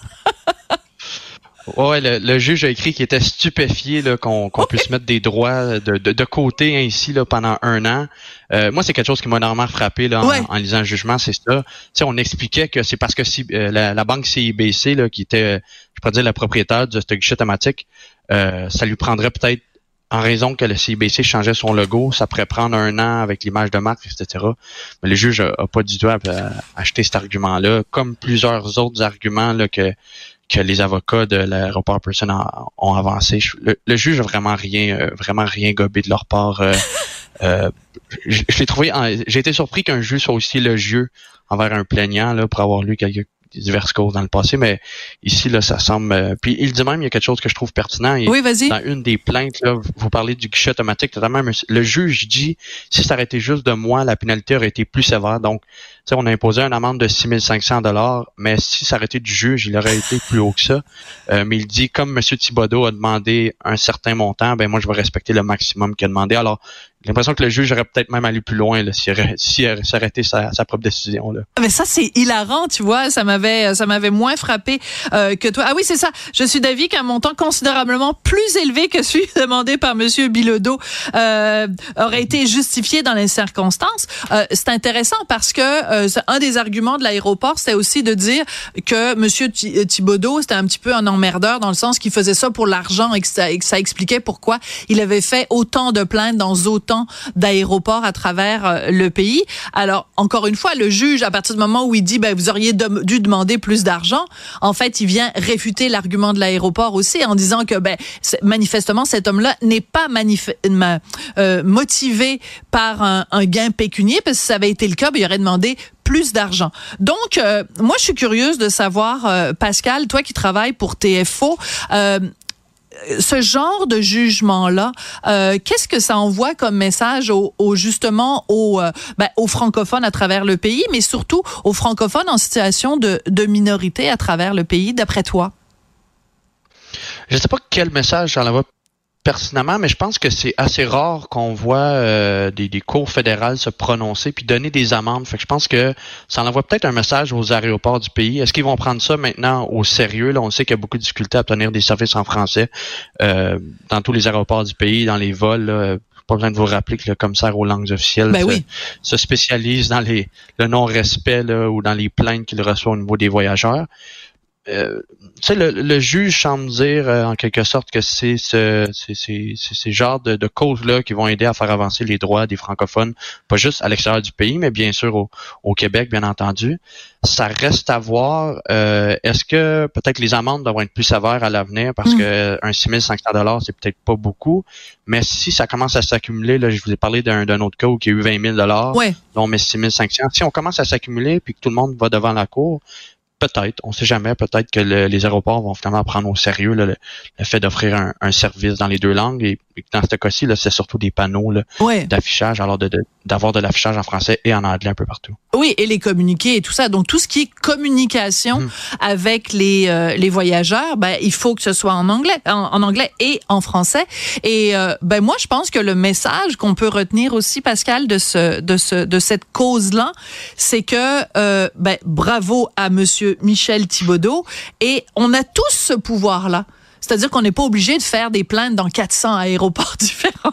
Ouais, le, le juge a écrit qu'il était stupéfié là, qu'on, qu'on puisse mettre des droits de, de, de côté ainsi là, pendant un an. Euh, moi, c'est quelque chose qui m'a énormément frappé là, en, ouais. en lisant le jugement, c'est ça. Tu sais, on expliquait que c'est parce que si, euh, la, la banque C I B C, là, qui était, je pourrais dire, la propriétaire de ce guichet automatique, euh, ça lui prendrait peut-être, en raison que le C I B C changeait son logo, ça pourrait prendre un an avec l'image de marque, et cetera. Mais le juge a, a pas du tout à, à acheter cet argument-là, comme plusieurs autres arguments là, que que les avocats de l'aéroport Pearson ont, ont avancé. Le, le juge a vraiment rien, euh, vraiment rien gobé de leur part. Euh, euh, je, je l'ai trouvé, en, j'ai été surpris qu'un juge soit aussi élogieux envers un plaignant là pour avoir lu quelques diverses causes dans le passé, mais ici là ça semble. Euh, puis il dit même il y a quelque chose que je trouve pertinent. Et oui, vas-y. Dans une des plaintes là, vous parlez du guichet automatique, totalement. Le juge dit si ça aurait été juste de moi, la pénalité aurait été plus sévère. Donc, tu sais, on a imposé une amende de six mille cinq cents dollars, mais si ça aurait été du juge, il aurait été plus haut que ça. Euh, mais il dit comme M. Thibodeau a demandé un certain montant, ben moi je vais respecter le maximum qu'il a demandé. Alors, J'ai l'impression que le juge aurait peut-être même allé plus loin là, s'il aurait, s'il aurait arrêté sa, sa propre décision. Là. Mais ça, c'est hilarant, tu vois. Ça m'avait, ça m'avait moins frappé euh, que toi. Ah oui, c'est ça. Je suis d'avis qu'un montant considérablement plus élevé que celui demandé par Monsieur Bilodeau euh, aurait été justifié dans les circonstances. Euh, c'est intéressant parce que euh, un des arguments de l'aéroport, c'était aussi de dire que Monsieur Thibodeau, c'était un petit peu un emmerdeur dans le sens qu'il faisait ça pour l'argent et que ça, et que ça expliquait pourquoi il avait fait autant de plaintes dans autant d'aéroports à travers euh, le pays. Alors, encore une fois, le juge, à partir du moment où il dit, ben, vous auriez de, dû demander plus d'argent, en fait, il vient réfuter l'argument de l'aéroport aussi en disant que, ben, manifestement, cet homme-là n'est pas manif- ma, euh, motivé par un, un gain pécunier, parce que si ça avait été le cas, ben, il aurait demandé plus d'argent. Donc, euh, moi, je suis curieuse de savoir, euh, Pascal, toi qui travailles pour T F O, euh, ce genre de jugement-là, euh, qu'est-ce que ça envoie comme message aux, aux justement aux, euh, ben, aux francophones à travers le pays, mais surtout aux francophones en situation de, de minorité à travers le pays, d'après toi? Je ne sais pas quel message ça envoie pertinemment, mais je pense que c'est assez rare qu'on voit euh, des, des cours fédérales se prononcer puis donner des amendes. Fait que je pense que ça envoie peut-être un message aux aéroports du pays. Est-ce qu'ils vont prendre ça maintenant au sérieux? Là, on sait qu'il y a beaucoup de difficultés à obtenir des services en français euh, dans tous les aéroports du pays, dans les vols. Là. Pas besoin de vous rappeler que le commissaire aux langues officielles ben se, oui. se spécialise dans les le non-respect là, ou dans les plaintes qu'il reçoit au niveau des voyageurs. Euh, tu sais, le, le juge semble dire euh, en quelque sorte que c'est ce, c'est, c'est, c'est ces genres de, de causes-là qui vont aider à faire avancer les droits des francophones, pas juste à l'extérieur du pays, mais bien sûr au, au Québec, bien entendu. Ça reste à voir. Euh, est-ce que peut-être les amendes doivent être plus sévères à l'avenir parce mmh. que un six mille cinq cents dollars, c'est peut-être pas beaucoup, mais si ça commence à s'accumuler, là, je vous ai parlé d'un, d'un autre cas où il y a eu vingt mille dollars, ouais. dont on met six mille cinq cents. Si on commence à s'accumuler puis que tout le monde va devant la cour, peut-être, on sait jamais, peut-être que le, les aéroports vont finalement prendre au sérieux là, le, le fait d'offrir un, un service dans les deux langues. Et, et dans ce cas-ci, là, c'est surtout des panneaux là, ouais. d'affichage, alors de, de, d'avoir de l'affichage en français et en anglais un peu partout. Oui, et les communiqués et tout ça. Donc, tout ce qui est communication mmh. avec les euh, les voyageurs, ben il faut que ce soit en anglais, en, en anglais et en français. Et euh, ben moi, je pense que le message qu'on peut retenir aussi, Pascal, de ce de ce de cette cause-là, c'est que euh, ben bravo à Monsieur Michel Thibodeau, et on a tous ce pouvoir-là. C'est-à-dire qu'on n'est pas obligé de faire des plaintes dans quatre cents aéroports différents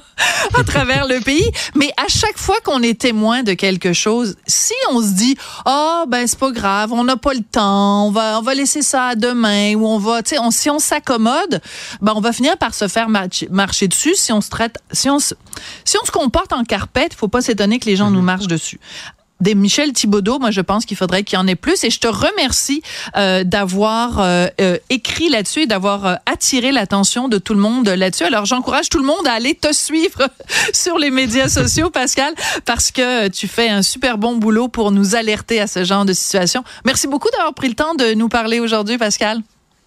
à travers le pays. Mais à chaque fois qu'on est témoin de quelque chose, si on se dit « Ah, oh, ben c'est pas grave, on n'a pas le temps, on va on va laisser ça à demain » ou on va, tu sais, on, si on s'accommode, ben on va finir par se faire marcher, marcher dessus si on se traite, si on se, si on se comporte en carpette, il faut pas s'étonner que les gens mmh. nous marchent dessus. Des Michel Thibodeau, moi je pense qu'il faudrait qu'il y en ait plus, et je te remercie euh, d'avoir euh, euh, écrit là-dessus et d'avoir euh, attiré l'attention de tout le monde là-dessus. Alors j'encourage tout le monde à aller te suivre sur les médias sociaux, Pascal, parce que tu fais un super bon boulot pour nous alerter à ce genre de situation. Merci beaucoup d'avoir pris le temps de nous parler aujourd'hui, Pascal.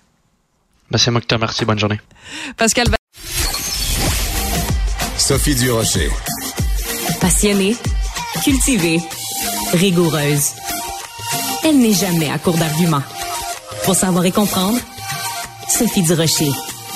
Ben, c'est moi qui te remercie. Bonne journée. Pascal. Sophie Durocher. Passionnée, cultivée, rigoureuse. Elle n'est jamais à court d'arguments. Pour savoir et comprendre, Sophie Durocher.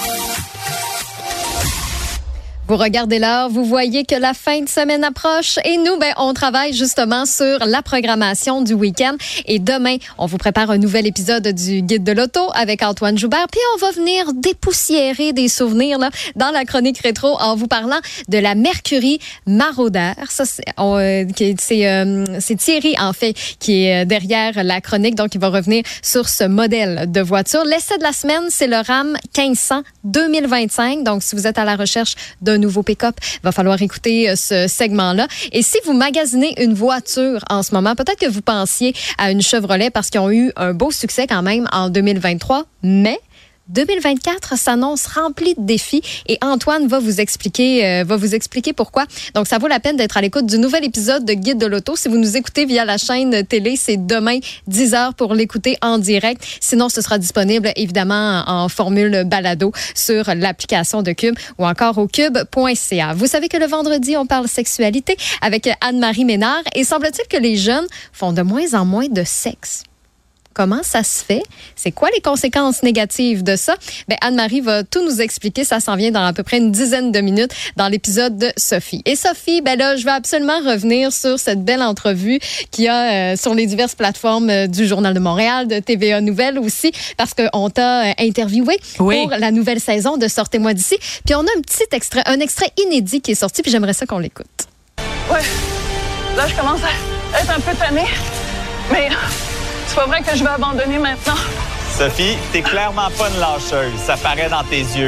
Vous regardez l'heure, vous voyez que la fin de semaine approche et nous, ben, on travaille justement sur la programmation du week-end. Et demain, on vous prépare un nouvel épisode du Guide de l'auto avec Antoine Joubert. Puis on va venir dépoussiérer des souvenirs là, dans la chronique rétro en vous parlant de la Mercury Marauder. Ça, c'est, on, euh, c'est, euh, c'est Thierry, en fait, qui est derrière la chronique. Donc, il va revenir sur ce modèle de voiture. L'essai de la semaine, c'est le Ram quinze cents deux mille vingt-cinq. Donc, si vous êtes à la recherche d'un nouveau pick-up, il va falloir écouter ce segment-là. Et si vous magasinez une voiture en ce moment, peut-être que vous pensiez à une Chevrolet parce qu'ils ont eu un beau succès quand même en deux mille vingt-trois, mais deux mille vingt-quatre s'annonce rempli de défis et Antoine va vous expliquer euh, va vous expliquer pourquoi. Donc, ça vaut la peine d'être à l'écoute du nouvel épisode de Guide de l'auto. Si vous nous écoutez via la chaîne télé, c'est demain dix heures pour l'écouter en direct. Sinon, ce sera disponible évidemment en formule balado sur l'application de Cube ou encore au cube point c a. Vous savez que le vendredi, on parle sexualité avec Anne-Marie Ménard et semble-t-il que les jeunes font de moins en moins de sexe. Comment ça se fait? C'est quoi les conséquences négatives de ça? Ben, Anne-Marie va tout nous expliquer. Ça s'en vient dans à peu près une dizaine de minutes dans l'épisode de Sophie. Et Sophie, ben là, je vais absolument revenir sur cette belle entrevue qu'il y a euh, sur les diverses plateformes euh, du Journal de Montréal, de T V A Nouvelles aussi, parce qu'on t'a euh, interviewé oui. pour la nouvelle saison de Sortez-moi d'ici. Puis on a un petit extrait, un extrait inédit qui est sorti, puis j'aimerais ça qu'on l'écoute. Ouais, là, je commence à être un peu tannée, mais c'est pas vrai que je vais abandonner maintenant. Sophie, t'es clairement pas une lâcheuse. Ça paraît dans tes yeux.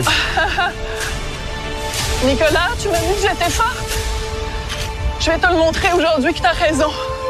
Nicolas, tu m'as dit que j'étais forte. Je vais te le montrer aujourd'hui que t'as raison.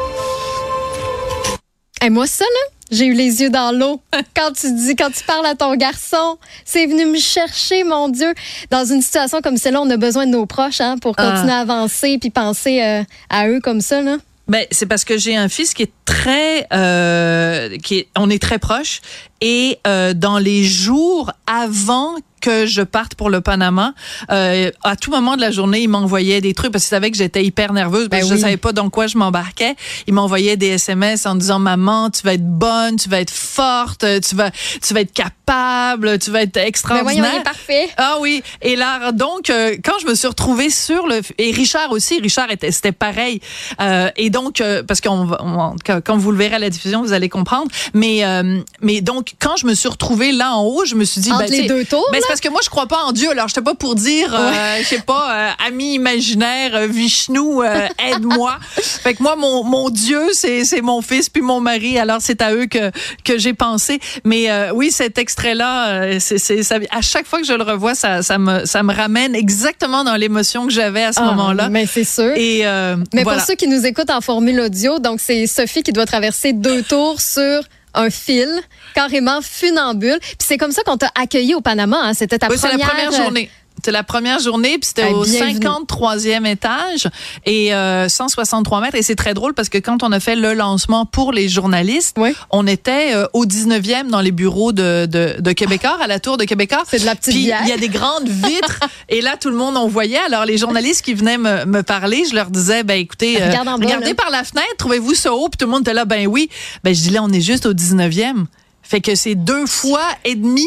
Et moi, ça, là, j'ai eu les yeux dans l'eau. Quand tu dis, quand tu parles à ton garçon, c'est venu me chercher, mon Dieu. Dans une situation comme celle-là, on a besoin de nos proches hein, pour continuer ah. à avancer puis penser euh, à eux comme ça, là. Ben, c'est parce que j'ai un fils qui est très, euh, qui est, on est très proches et euh, dans les jours avant que je parte pour le Panama, euh, à tout moment de la journée, il m'envoyait des trucs parce qu'il savait que j'étais hyper nerveuse parce que ben oui. je savais pas dans quoi je m'embarquais. Il m'envoyait des S M S en disant maman, tu vas être bonne, tu vas être forte, tu vas, tu vas être capable, tu vas être extraordinaire. Ben voyons, il est parfait. Ah oui. Et là, donc, euh, quand je me suis retrouvée sur le et Richard aussi, Richard était, c'était pareil. Euh, et donc, euh, parce qu'on va, on, quand vous le verrez à la diffusion, vous allez comprendre. Mais, euh, mais donc, quand je me suis retrouvée là en haut, je me suis dit, entre ben, les deux tours. Ben, parce que moi, je crois pas en Dieu. Alors, je pas pour dire, euh, ouais. je sais pas, euh, ami imaginaire, euh, Vishnu, euh, aide-moi. Fait que moi, mon, mon Dieu, c'est, c'est mon fils puis mon mari. Alors, c'est à eux que, que j'ai pensé. Mais euh, oui, cet extrait-là, euh, c'est, c'est, ça, à chaque fois que je le revois, ça, ça, me, ça me ramène exactement dans l'émotion que j'avais à ce ah, moment-là. Mais c'est sûr. Et, euh, mais voilà. Pour ceux qui nous écoutent en formule audio, donc c'est Sophie qui doit traverser deux tours sur un fil, carrément funambule. Puis c'est comme ça qu'on t'a accueilli au Panama. Hein. C'était ta oui, première... c'est la première journée. C'était la première journée, puis c'était ah, au cinquante-troisième étage et euh, cent soixante-trois mètres. Et c'est très drôle parce que quand on a fait le lancement pour les journalistes, oui. on était euh, au dix-neuvième dans les bureaux de, de, de Québécois, à la tour de Québécois. C'est de la petite bière. Puis il y a des grandes vitres et là, tout le monde en voyait. Alors, les journalistes qui venaient me, me parler, je leur disais, ben écoutez, euh, Regarde regardez bas, par la fenêtre, trouvez-vous ça haut? Puis tout le monde était là, ben oui. Ben je dis là, on est juste au dix-neuvième. Fait que c'est deux fois et demi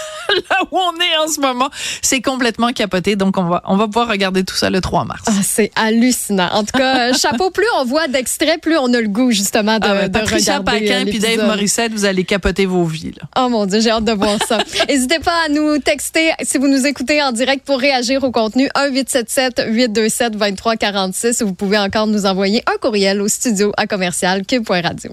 là où on est en ce moment. C'est complètement capoté. Donc, on va, on va pouvoir regarder tout ça le trois mars. Ah, c'est hallucinant. En tout cas, chapeau, plus on voit d'extraits, plus on a le goût, justement, de, ah ben, de Patricia regarder Paquin puis Dave Morissette, vous allez capoter vos vies, là. Oh mon Dieu, j'ai hâte de voir ça. N'hésitez pas à nous texter si vous nous écoutez en direct pour réagir au contenu. un huit sept sept huit deux sept deux trois quatre six. Vous pouvez encore nous envoyer un courriel au studio à commercial cube point radio.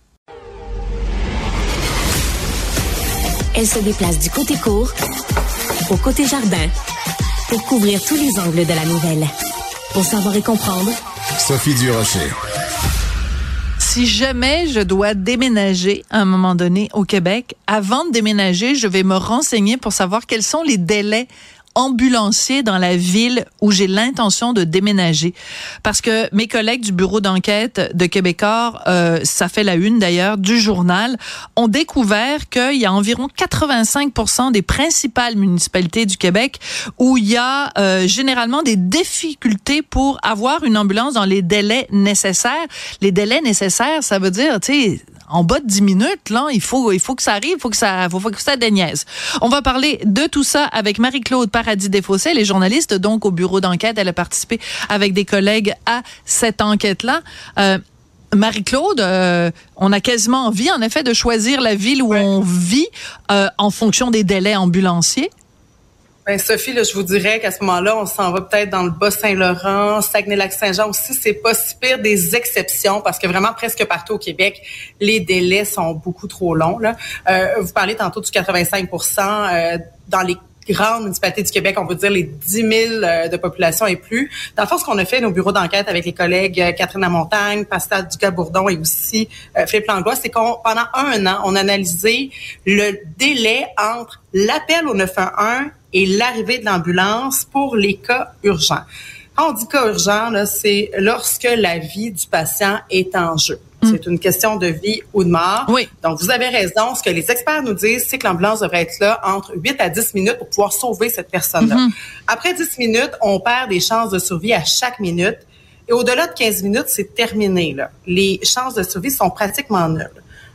Elle se déplace du côté court au côté jardin pour couvrir tous les angles de la nouvelle. Pour savoir et comprendre, Sophie Durocher. Si jamais je dois déménager à un moment donné au Québec, avant de déménager, je vais me renseigner pour savoir quels sont les délais ambulancier dans la ville où j'ai l'intention de déménager. Parce que mes collègues du bureau d'enquête de Québécois, euh, ça fait la une d'ailleurs, du journal, ont découvert qu'il y a environ quatre-vingt-cinq pour cent des principales municipalités du Québec où il y a euh, généralement des difficultés pour avoir une ambulance dans les délais nécessaires. Les délais nécessaires, ça veut dire, tu sais, en bas de dix minutes, là, il faut, il faut que ça arrive, il faut que ça, faut, faut que ça déniaise. On va parler de tout ça avec Marie-Claude Paradis-Desfossés, elle est journaliste, donc au bureau d'enquête. Elle a participé avec des collègues à cette enquête-là. Euh, Marie-Claude, euh, on a quasiment envie, en effet, de choisir la ville où ouais. on vit euh, en fonction des délais ambulanciers. Ben Sophie, là, je vous dirais qu'à ce moment-là, on s'en va peut-être dans le Bas-Saint-Laurent, Saguenay-Lac-Saint-Jean aussi. C'est pas si pire, des exceptions, parce que vraiment presque partout au Québec, les délais sont beaucoup trop longs. Là. Euh, vous parlez tantôt du quatre-vingt-cinq pour cent euh, dans les grandes municipalités du Québec, on peut dire les dix mille euh, de population et plus. Dans le fond, ce qu'on a fait, nos bureaux d'enquête avec les collègues euh, Catherine Lamontagne, Pascal Dugas-Bourdon et aussi euh, Philippe Langlois, c'est qu'on pendant un an, on a analysé le délai entre l'appel au neuf un un et l'arrivée de l'ambulance pour les cas urgents. Quand on dit cas urgent, là, c'est lorsque la vie du patient est en jeu. Mmh. C'est une question de vie ou de mort. Oui. Donc, vous avez raison. Ce que les experts nous disent, c'est que l'ambulance devrait être là entre huit à dix minutes pour pouvoir sauver cette personne-là. Mmh. Après dix minutes, on perd des chances de survie à chaque minute. Et au-delà de quinze minutes, c'est terminé, là. Les chances de survie sont pratiquement nulles.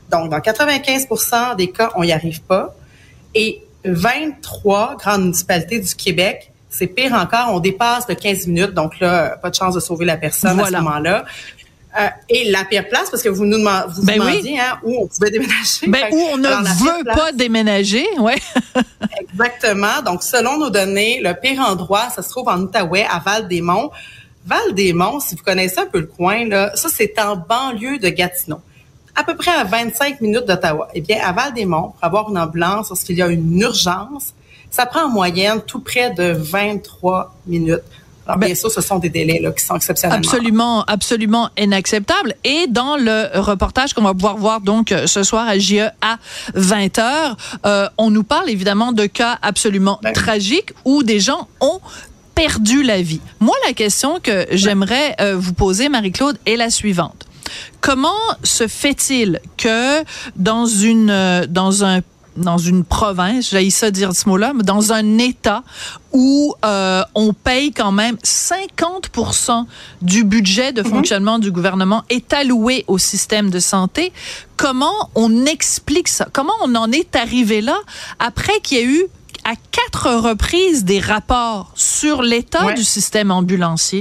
Donc, dans quatre-vingt-quinze pour cent des cas, on n'y arrive pas. Et vingt-trois grandes municipalités du Québec, c'est pire encore, on dépasse de quinze minutes. Donc là, pas de chance de sauver la personne voilà. à ce moment-là. Euh, et la pire place, parce que vous nous demandez, vous ben demandiez oui. hein, où on pouvait déménager. Ben, où on ne Alors, veut place, pas déménager, ouais. Exactement. Donc, selon nos données, le pire endroit, ça se trouve en Outaouais, à Val-des-Monts. Val-des-Monts, si vous connaissez un peu le coin, là, ça, c'est en banlieue de Gatineau. À peu près à vingt-cinq minutes d'Ottawa. Eh bien, à Val-des-Monts, pour avoir une ambulance lorsqu'il y a une urgence, ça prend en moyenne tout près de vingt-trois minutes. Alors, bien ben, sûr, ce sont des délais là, qui sont exceptionnellement. Absolument, absolument inacceptables. Et dans le reportage qu'on va pouvoir voir donc ce soir à J E à vingt heures, euh, on nous parle évidemment de cas absolument ben. tragiques où des gens ont perdu la vie. Moi, la question que j'aimerais euh, vous poser, Marie-Claude, est la suivante. Comment se fait-il que dans une euh, dans un dans une province, j'haïs ça dire ce mot-là, mais dans un État où euh, on paye quand même cinquante pour cent du budget de fonctionnement mm-hmm. du gouvernement est alloué au système de santé, comment on explique ça? Comment on en est arrivé là après qu'il y a eu à quatre reprises des rapports sur l'état ouais. du système ambulancier?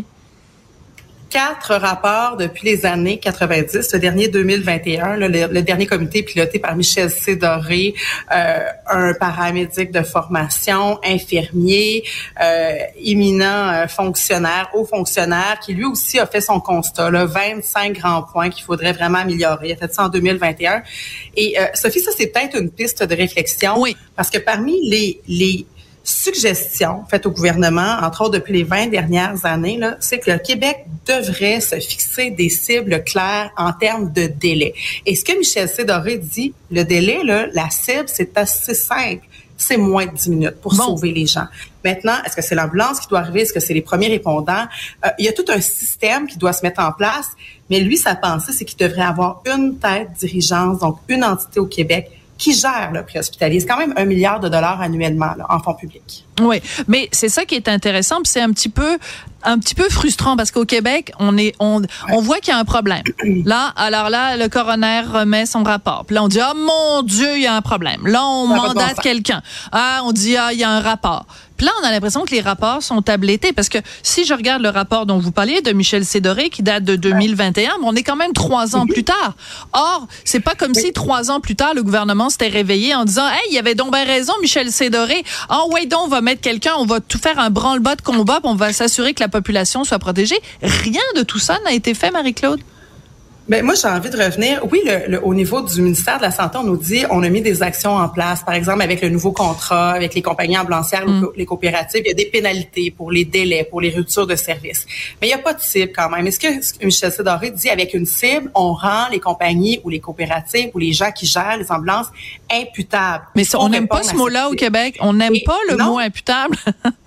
Quatre rapports depuis les années quatre-vingt-dix, le dernier deux mille vingt et un, là, le, le dernier comité piloté par Michel C. Doré, euh, un paramédic de formation, infirmier, euh, éminent euh, fonctionnaire, haut fonctionnaire, qui lui aussi a fait son constat, là, vingt-cinq grands points qu'il faudrait vraiment améliorer. Il a fait ça en deux mille vingt et un. Et euh, Sophie, ça c'est peut-être une piste de réflexion, oui. parce que parmi les les suggestions faites au gouvernement, entre autres depuis les vingt dernières années, là, c'est que le Québec devrait se fixer des cibles claires en termes de délai. Et ce que Michel C. Doré dit, le délai, là, la cible, c'est assez simple. C'est moins de dix minutes pour bon. sauver les gens. Maintenant, est-ce que c'est l'ambulance qui doit arriver? Est-ce que c'est les premiers répondants? Euh, il y a tout un système qui doit se mettre en place, mais lui, sa pensée, c'est qu'il devrait avoir une tête dirigeante, donc une entité au Québec qui gère le préhospitalier. C'est quand même un milliard de dollars annuellement là, en fonds publics. Oui, mais c'est ça qui est intéressant, puis c'est un petit peu un petit peu frustrant parce qu'au Québec, on est on ouais. on voit qu'il y a un problème. Là, alors là, le coroner remet son rapport. Puis là, on dit ah oh, mon Dieu, il y a un problème. Là, on ça mandate quelqu'un. Ah, on dit ah il y a un rapport. Puis là, on a l'impression que les rapports sont tablettés parce que si je regarde le rapport dont vous parliez de Michel C. Doré qui date de deux mille vingt et un, on est quand même trois ans plus tard. Or, c'est pas comme oui. si trois ans plus tard, le gouvernement s'était réveillé en disant hey, il y avait donc bien raison, Michel C. Doré. Ah oh, ouais, donc on va mettre quelqu'un, on va tout faire un branle-bas de combat, puis on va s'assurer que la population soit protégée. Rien de tout ça n'a été fait, Marie-Claude. Ben moi, j'ai envie de revenir. Oui, le, le, au niveau du ministère de la Santé, on nous dit on a mis des actions en place. Par exemple, avec le nouveau contrat, avec les compagnies ambulancières, mm. les coopératives, il y a des pénalités pour les délais, pour les ruptures de services. Mais il n'y a pas de cible quand même. Est-ce que, ce que Michel C. Doré dit, avec une cible, on rend les compagnies ou les coopératives ou les gens qui gèrent les ambulances imputables? Mais ça, on n'aime pas ce mot-là au Québec. On n'aime pas le non. mot imputable.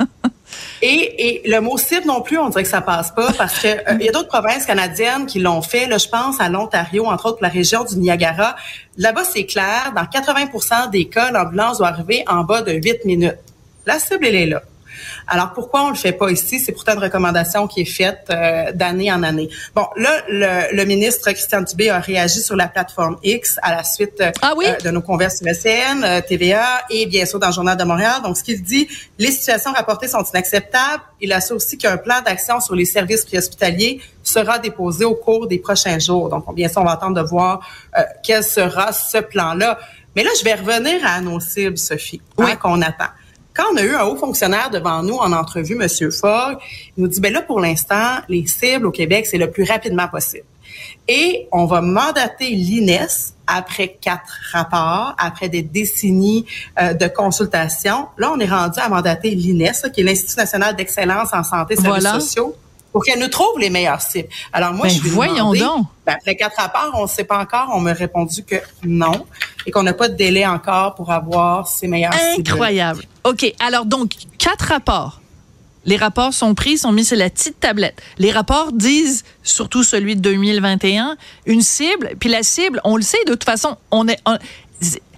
Et, et le mot cible non plus, on dirait que ça passe pas parce que euh, il y a d'autres provinces canadiennes qui l'ont fait. Là, je pense à l'Ontario, entre autres la région du Niagara. Là-bas, c'est clair. Dans quatre-vingts pour cent des cas, l'ambulance doit arriver en bas de huit minutes. La cible, elle est là. Alors, pourquoi on le fait pas ici? C'est pourtant une recommandation qui est faite euh, d'année en année. Bon, là, le, le ministre Christian Dubé a réagi sur la plateforme X à la suite euh, ah oui? euh, de nos converses sur S N, euh, T V A et bien sûr dans le Journal de Montréal. Donc, ce qu'il dit, les situations rapportées sont inacceptables. Il assure aussi qu'un plan d'action sur les services préhospitaliers sera déposé au cours des prochains jours. Donc, bien sûr, on va attendre de voir euh, quel sera ce plan-là. Mais là, je vais revenir à nos cibles, Sophie, oui. hein, qu'on attend. Quand on a eu un haut fonctionnaire devant nous en entrevue, M. Fogg, il nous dit, ben là, pour l'instant, les cibles au Québec, c'est le plus rapidement possible. Et on va mandater l'I N E S après quatre rapports, après des décennies euh, de consultation. Là, on est rendu à mandater l'I N E S, là, qui est l'Institut national d'excellence en santé et services voilà. sociaux, pour qu'elle nous trouve les meilleures cibles. Alors moi, ben, je vais voyons demander, donc. Ben, après quatre rapports, on ne sait pas encore. On m'a répondu que non et qu'on n'a pas de délai encore pour avoir ces meilleures cibles. Incroyable. OK. Alors donc, quatre rapports. Les rapports sont pris, sont mis sur la petite tablette. Les rapports disent, surtout celui de deux mille vingt et un, une cible. Puis la cible, on le sait, de toute façon, on est... On,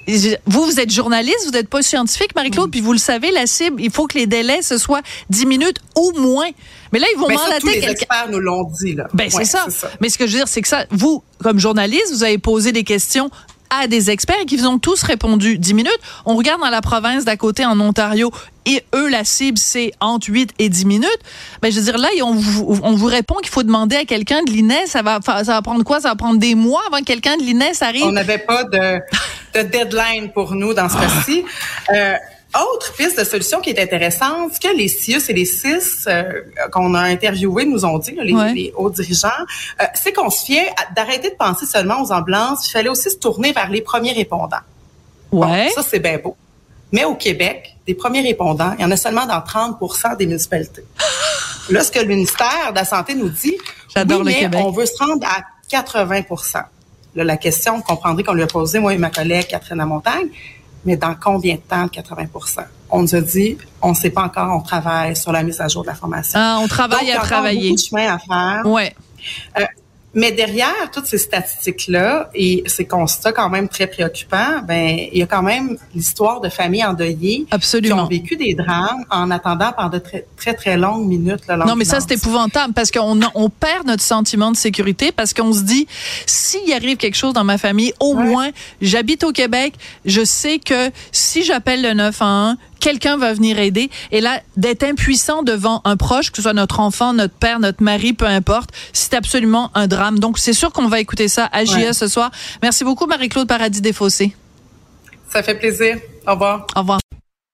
vous, vous êtes journaliste, vous n'êtes pas scientifique, Marie-Claude, mmh. puis vous le savez, la cible, il faut que les délais, ce soit dix minutes ou moins. Mais là, ils vont ben mandater ça, tous les quelqu'un. experts nous l'ont dit, là. Ben, ouais, c'est, ça. c'est ça. Mais ce que je veux dire, c'est que ça, vous, comme journaliste, vous avez posé des questions à des experts qui vous ont tous répondu dix minutes. On regarde dans la province d'à côté, en Ontario, et eux, la cible, c'est entre huit et dix minutes. Ben, je veux dire, là, on vous, on vous répond qu'il faut demander à quelqu'un de l'I N E S. Ça va, ça va prendre quoi? Ça va prendre des mois avant que quelqu'un de l'I N E S arrive? On n'avait pas de, de deadline pour nous dans ce cas-ci. Euh, Autre piste de solution qui est intéressante, ce que les C I U S et les C I S euh, qu'on a interviewés nous ont dit, là, les, ouais. les hauts dirigeants, euh, c'est qu'on se fiait à, d'arrêter de penser seulement aux ambulances. Il fallait aussi se tourner vers les premiers répondants. Ouais. Bon, ça, c'est bien beau. Mais au Québec, des premiers répondants, il y en a seulement dans trente pour cent des municipalités. Là, ce que le ministère de la Santé nous dit, J'adore oui, le mais Québec. On veut se rendre à quatre-vingts pour cent. Là, la question, vous comprendrez qu'on lui a posée, moi et ma collègue Catherine Lamontagne, mais dans combien de temps, quatre-vingts pour cent? On nous a dit, on ne sait pas encore, on travaille sur la mise à jour de la formation. Ah, on travaille Donc, à travailler. Il y a beaucoup de chemin à faire. Ouais. Euh, mais derrière toutes ces statistiques-là et ces constats quand même très préoccupants, ben il y a quand même l'histoire de familles endeuillées Absolument. qui ont vécu des drames en attendant pendant de très très, très longues minutes. Là, non, mais ça, c'est épouvantable parce qu'on on perd notre sentiment de sécurité parce qu'on se dit, s'il arrive quelque chose dans ma famille, au ouais. moins, j'habite au Québec, je sais que si j'appelle le neuf un un, quelqu'un va venir aider. Et là, d'être impuissant devant un proche, que ce soit notre enfant, notre père, notre mari, peu importe, c'est absolument un drame. Donc, c'est sûr qu'on va écouter ça à J E ouais. ce soir. Merci beaucoup, Marie-Claude Paradis-Desfossés. Ça fait plaisir. Au revoir. Au revoir.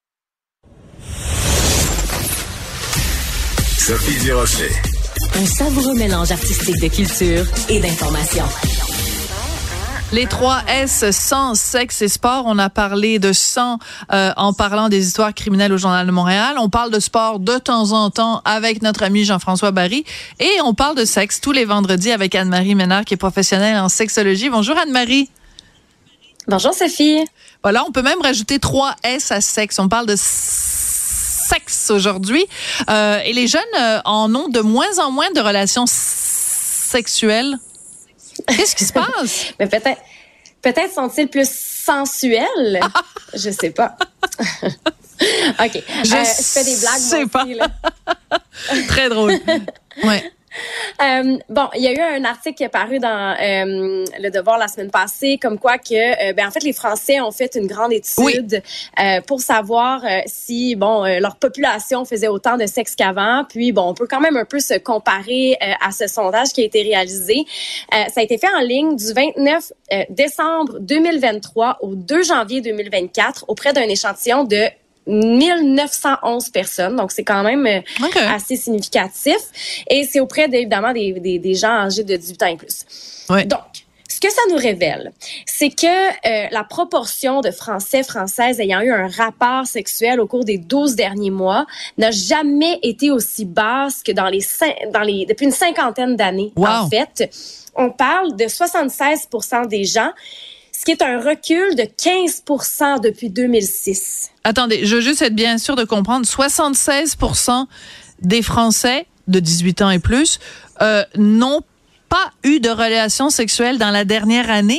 Sophie Durocher. Un savoureux mélange artistique de culture et d'information. Les trois S, sang, sexe et sport. On a parlé de sang euh, en parlant des histoires criminelles au Journal de Montréal. On parle de sport de temps en temps avec notre ami Jean-François Barry. Et on parle de sexe tous les vendredis avec Anne-Marie Ménard, qui est professionnelle en sexologie. Bonjour Anne-Marie. Bonjour Sophie. Voilà, on peut même rajouter trois S à sexe. On parle de sexe aujourd'hui. Euh, et les jeunes euh, en ont de moins en moins de relations sexuelles. Qu'est-ce qui se passe? Mais peut-être, peut-être sont-ils plus sensuels. Je sais pas. OK. Je, euh, je fais des blagues. sais pas. Aussi, là. Très drôle. Ouais. Euh, bon, il y a eu un article qui est paru dans euh, Le Devoir la semaine passée, comme quoi que, euh, ben en fait, les Français ont fait une grande étude oui. euh, pour savoir euh, si, bon, euh, leur population faisait autant de sexe qu'avant. Puis, bon, on peut quand même un peu se comparer euh, à ce sondage qui a été réalisé. Euh, ça a été fait en ligne du vingt-neuf décembre deux mille vingt-trois au deux janvier deux mille vingt-quatre auprès d'un échantillon de mille neuf cent onze personnes, donc c'est quand même okay. assez significatif. Et c'est auprès, évidemment, des, des, des gens âgés de dix-huit ans et plus. Ouais. Donc, ce que ça nous révèle, c'est que euh, la proportion de Français, Françaises ayant eu un rapport sexuel au cours des douze derniers mois n'a jamais été aussi basse que dans les, dans les depuis une cinquantaine d'années. Wow. En fait, on parle de soixante-seize pour cent des gens, ce qui est un recul de quinze pour cent depuis deux mille six. Attendez, je veux juste être bien sûr de comprendre. soixante-seize pour cent des Français de dix-huit ans et plus euh, n'ont pas eu de relations sexuelles dans la dernière année?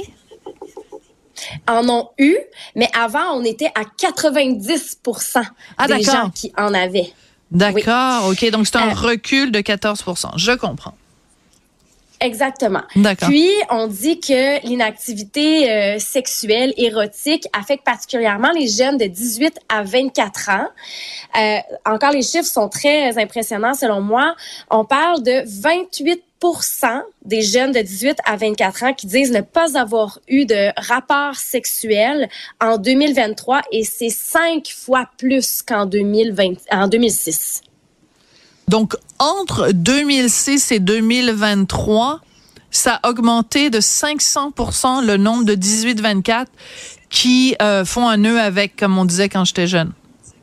En ont eu, mais avant, on était à quatre-vingt-dix pour cent ah, des d'accord. gens qui en avaient. D'accord, oui. OK. Donc, c'est un euh, recul de quatorze pour cent. Je comprends. Exactement. D'accord. Puis, on dit que l'inactivité euh, sexuelle, érotique, affecte particulièrement les jeunes de dix-huit à vingt-quatre ans. Euh, encore, les chiffres sont très impressionnants selon moi. On parle de vingt-huit pour cent des jeunes de dix-huit à vingt-quatre ans qui disent ne pas avoir eu de rapport sexuel en deux mille vingt-trois et c'est cinq fois plus qu'en deux mille vingt, en deux mille six. Donc, entre deux mille six et deux mille vingt-trois, ça a augmenté de cinq cents pour cent le nombre de dix-huit vingt-quatre qui euh, font un nœud avec, comme on disait quand j'étais jeune.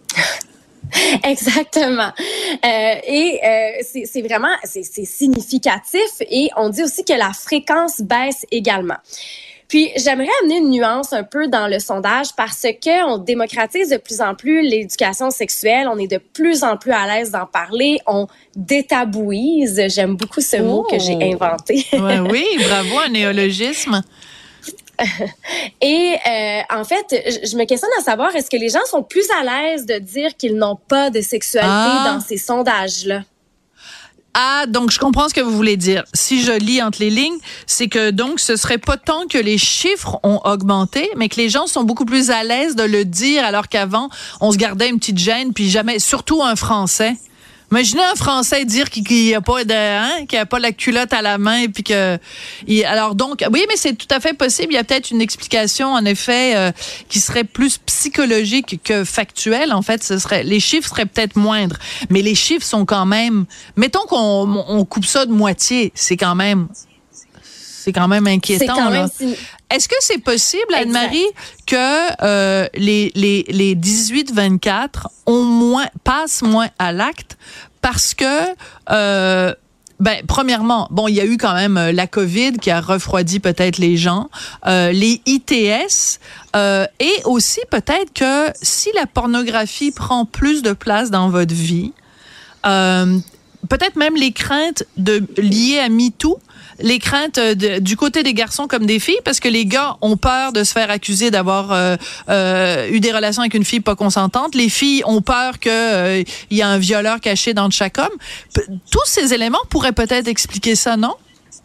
Exactement. Euh, et euh, c'est, c'est vraiment c'est, c'est significatif et on dit aussi que la fréquence baisse également. Puis, j'aimerais amener une nuance un peu dans le sondage parce que on démocratise de plus en plus l'éducation sexuelle. On est de plus en plus à l'aise d'en parler. On détabouise. J'aime beaucoup ce oh. mot que j'ai inventé. Ouais, oui, bravo, un néologisme. Et euh, en fait, je, je me questionne à savoir, est-ce que les gens sont plus à l'aise de dire qu'ils n'ont pas de sexualité ah. dans ces sondages-là? Ah, donc je comprends ce que vous voulez dire. Si je lis entre les lignes, c'est que donc ce serait pas tant que les chiffres ont augmenté, mais que les gens sont beaucoup plus à l'aise de le dire, alors qu'avant, on se gardait une petite gêne, puis jamais, surtout un Français. Imaginez un Français dire qu'il n'y a pas de, hein, qu'il a pas la culotte à la main et puis que, il, alors donc, oui, mais c'est tout à fait possible. Il y a peut-être une explication, en effet, euh, qui serait plus psychologique que factuelle. En fait, ce serait, les chiffres seraient peut-être moindres, mais les chiffres sont quand même, mettons qu'on on coupe ça de moitié, c'est quand même, c'est quand même inquiétant. C'est quand même si... Est-ce que c'est possible, Anne-Marie, que euh, les les les dix-huit vingt-quatre ont moins passent moins à l'acte parce que euh, ben premièrement, bon, il y a eu quand même la COVID qui a refroidi peut-être les gens, euh, les I T S euh, et aussi peut-être que si la pornographie prend plus de place dans votre vie, euh, peut-être même les craintes de liées à MeToo. Les craintes de, du côté des garçons comme des filles, parce que les gars ont peur de se faire accuser d'avoir euh, euh, eu des relations avec une fille pas consentante. Les filles ont peur que euh, il y a un violeur caché dans chaque homme. P- tous ces éléments pourraient peut-être expliquer ça, non?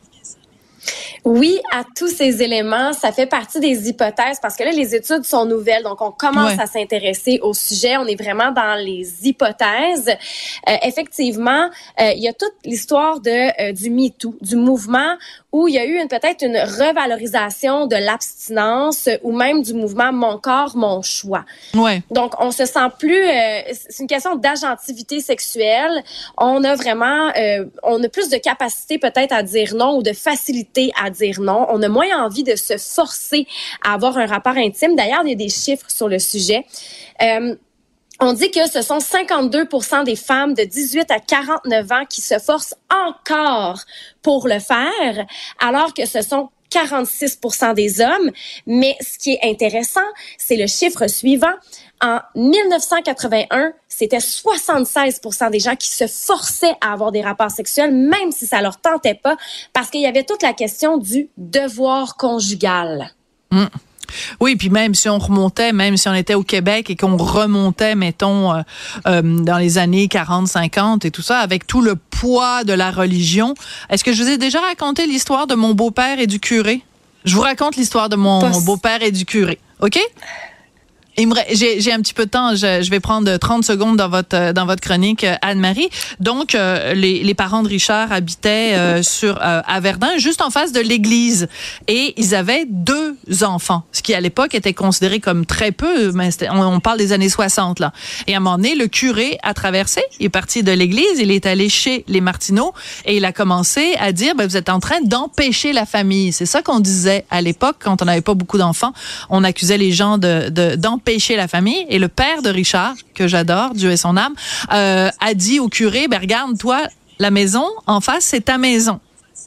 Oui, à tous ces éléments, ça fait partie des hypothèses parce que là, les études sont nouvelles, donc on commence ouais. à s'intéresser au sujet. On est vraiment dans les hypothèses. Euh, effectivement, euh, il y a toute l'histoire de euh, du MeToo, du mouvement où il y a eu une, peut-être une revalorisation de l'abstinence ou même du mouvement Mon corps, mon choix. Ouais. Donc, on se sent plus... Euh, c'est une question d'agentivité sexuelle. On a vraiment... Euh, on a plus de capacité peut-être à dire non ou de facilité à dire non. On a moins envie de se forcer à avoir un rapport intime. D'ailleurs, il y a des chiffres sur le sujet. Euh, On dit que ce sont cinquante-deux pour cent des femmes de dix-huit à quarante-neuf ans qui se forcent encore pour le faire, alors que ce sont quarante-six pour cent des hommes. Mais ce qui est intéressant, c'est le chiffre suivant. En dix-neuf cent quatre-vingt-un, c'était soixante-seize pour cent des gens qui se forçaient à avoir des rapports sexuels, même si ça leur tentait pas, parce qu'il y avait toute la question du devoir conjugal. Mmh. Oui, puis même si on remontait, même si on était au Québec et qu'on remontait, mettons, euh, euh, dans les années quarante, cinquante et tout ça, avec tout le poids de la religion, est-ce que je vous ai déjà raconté l'histoire de mon beau-père et du curé? Je vous raconte l'histoire de mon, mon beau-père et du curé, OK? Il me, j'ai, j'ai un petit peu de temps, je, je vais prendre trente secondes dans votre dans votre chronique, Anne-Marie. Donc, euh, les, les parents de Richard habitaient euh, sur euh, à Verdun, juste en face de l'église, et ils avaient deux enfants, ce qui à l'époque était considéré comme très peu, mais on, on parle des années soixante là. Et à un moment donné, le curé a traversé, il est parti de l'église, il est allé chez les Martineau et il a commencé à dire, ben vous êtes en train d'empêcher la famille. C'est ça qu'on disait à l'époque quand on n'avait pas beaucoup d'enfants, on accusait les gens de, de d'empêcher pécher la famille. Et le père de Richard, que j'adore, Dieu ait son âme, euh, a dit au curé, ben regarde, toi, la maison en face, c'est ta maison.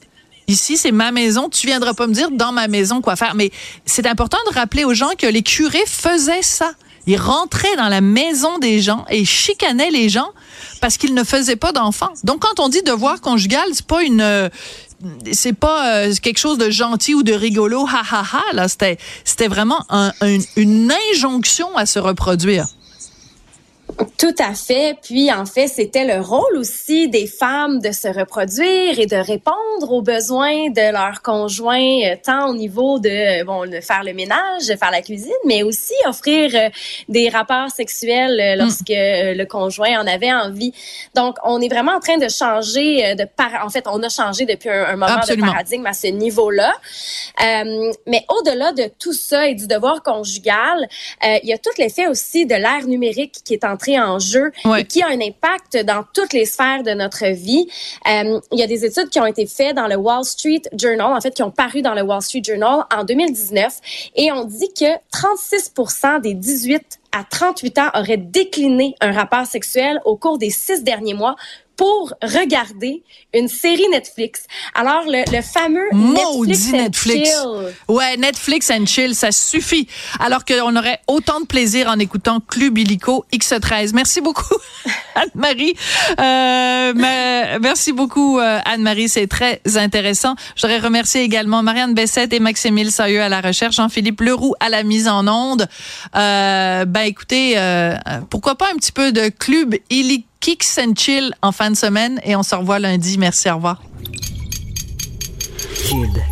Ici, c'est ma maison. Tu viendras pas me dire dans ma maison quoi faire. Mais c'est important de rappeler aux gens que les curés faisaient ça. Ils rentraient dans la maison des gens et chicanaient les gens parce qu'ils ne faisaient pas d'enfants. Donc, quand on dit devoir conjugal, c'est pas une... c'est pas euh, quelque chose de gentil ou de rigolo, ha ha ha, là, c'était, c'était vraiment un, un, une injonction à se reproduire. Tout à fait. Puis, en fait, c'était le rôle aussi des femmes de se reproduire et de répondre aux besoins de leurs conjoints, tant au niveau de, bon, de faire le ménage, de faire la cuisine, mais aussi offrir euh, des rapports sexuels lorsque mmh. le conjoint en avait envie. Donc, on est vraiment en train de changer de par... En fait, on a changé depuis un, un moment Absolument. de paradigme à ce niveau-là. Euh, mais au-delà de tout ça et du devoir conjugal, euh, il y a tout l'effet aussi de l'ère numérique qui est en en jeu ouais. et qui a un impact dans toutes les sphères de notre vie. Euh, il y a des études qui ont été faites dans le Wall Street Journal, en fait, qui ont paru dans le Wall Street Journal en deux mille dix-neuf, et on dit que trente-six pour cent des dix-huit à trente-huit ans auraient décliné un rapport sexuel au cours des six derniers mois pour regarder une série Netflix. Alors, le, le fameux Maudit Netflix, Netflix and Chill. Ouais, Netflix and Chill, ça suffit. Alors qu'on aurait autant de plaisir en écoutant Club Illico X treize. Merci beaucoup. Anne-Marie. Euh, mais, merci beaucoup, euh, Anne-Marie. C'est très intéressant. Je voudrais remercier également Marianne Bessette et Maximile Sailleux à la recherche, Jean-Philippe Leroux à la mise en onde. Euh, ben, écoutez, euh, pourquoi pas un petit peu de club Illy Kicks and Chill en fin de semaine et on se revoit lundi. Merci, au revoir. Cube.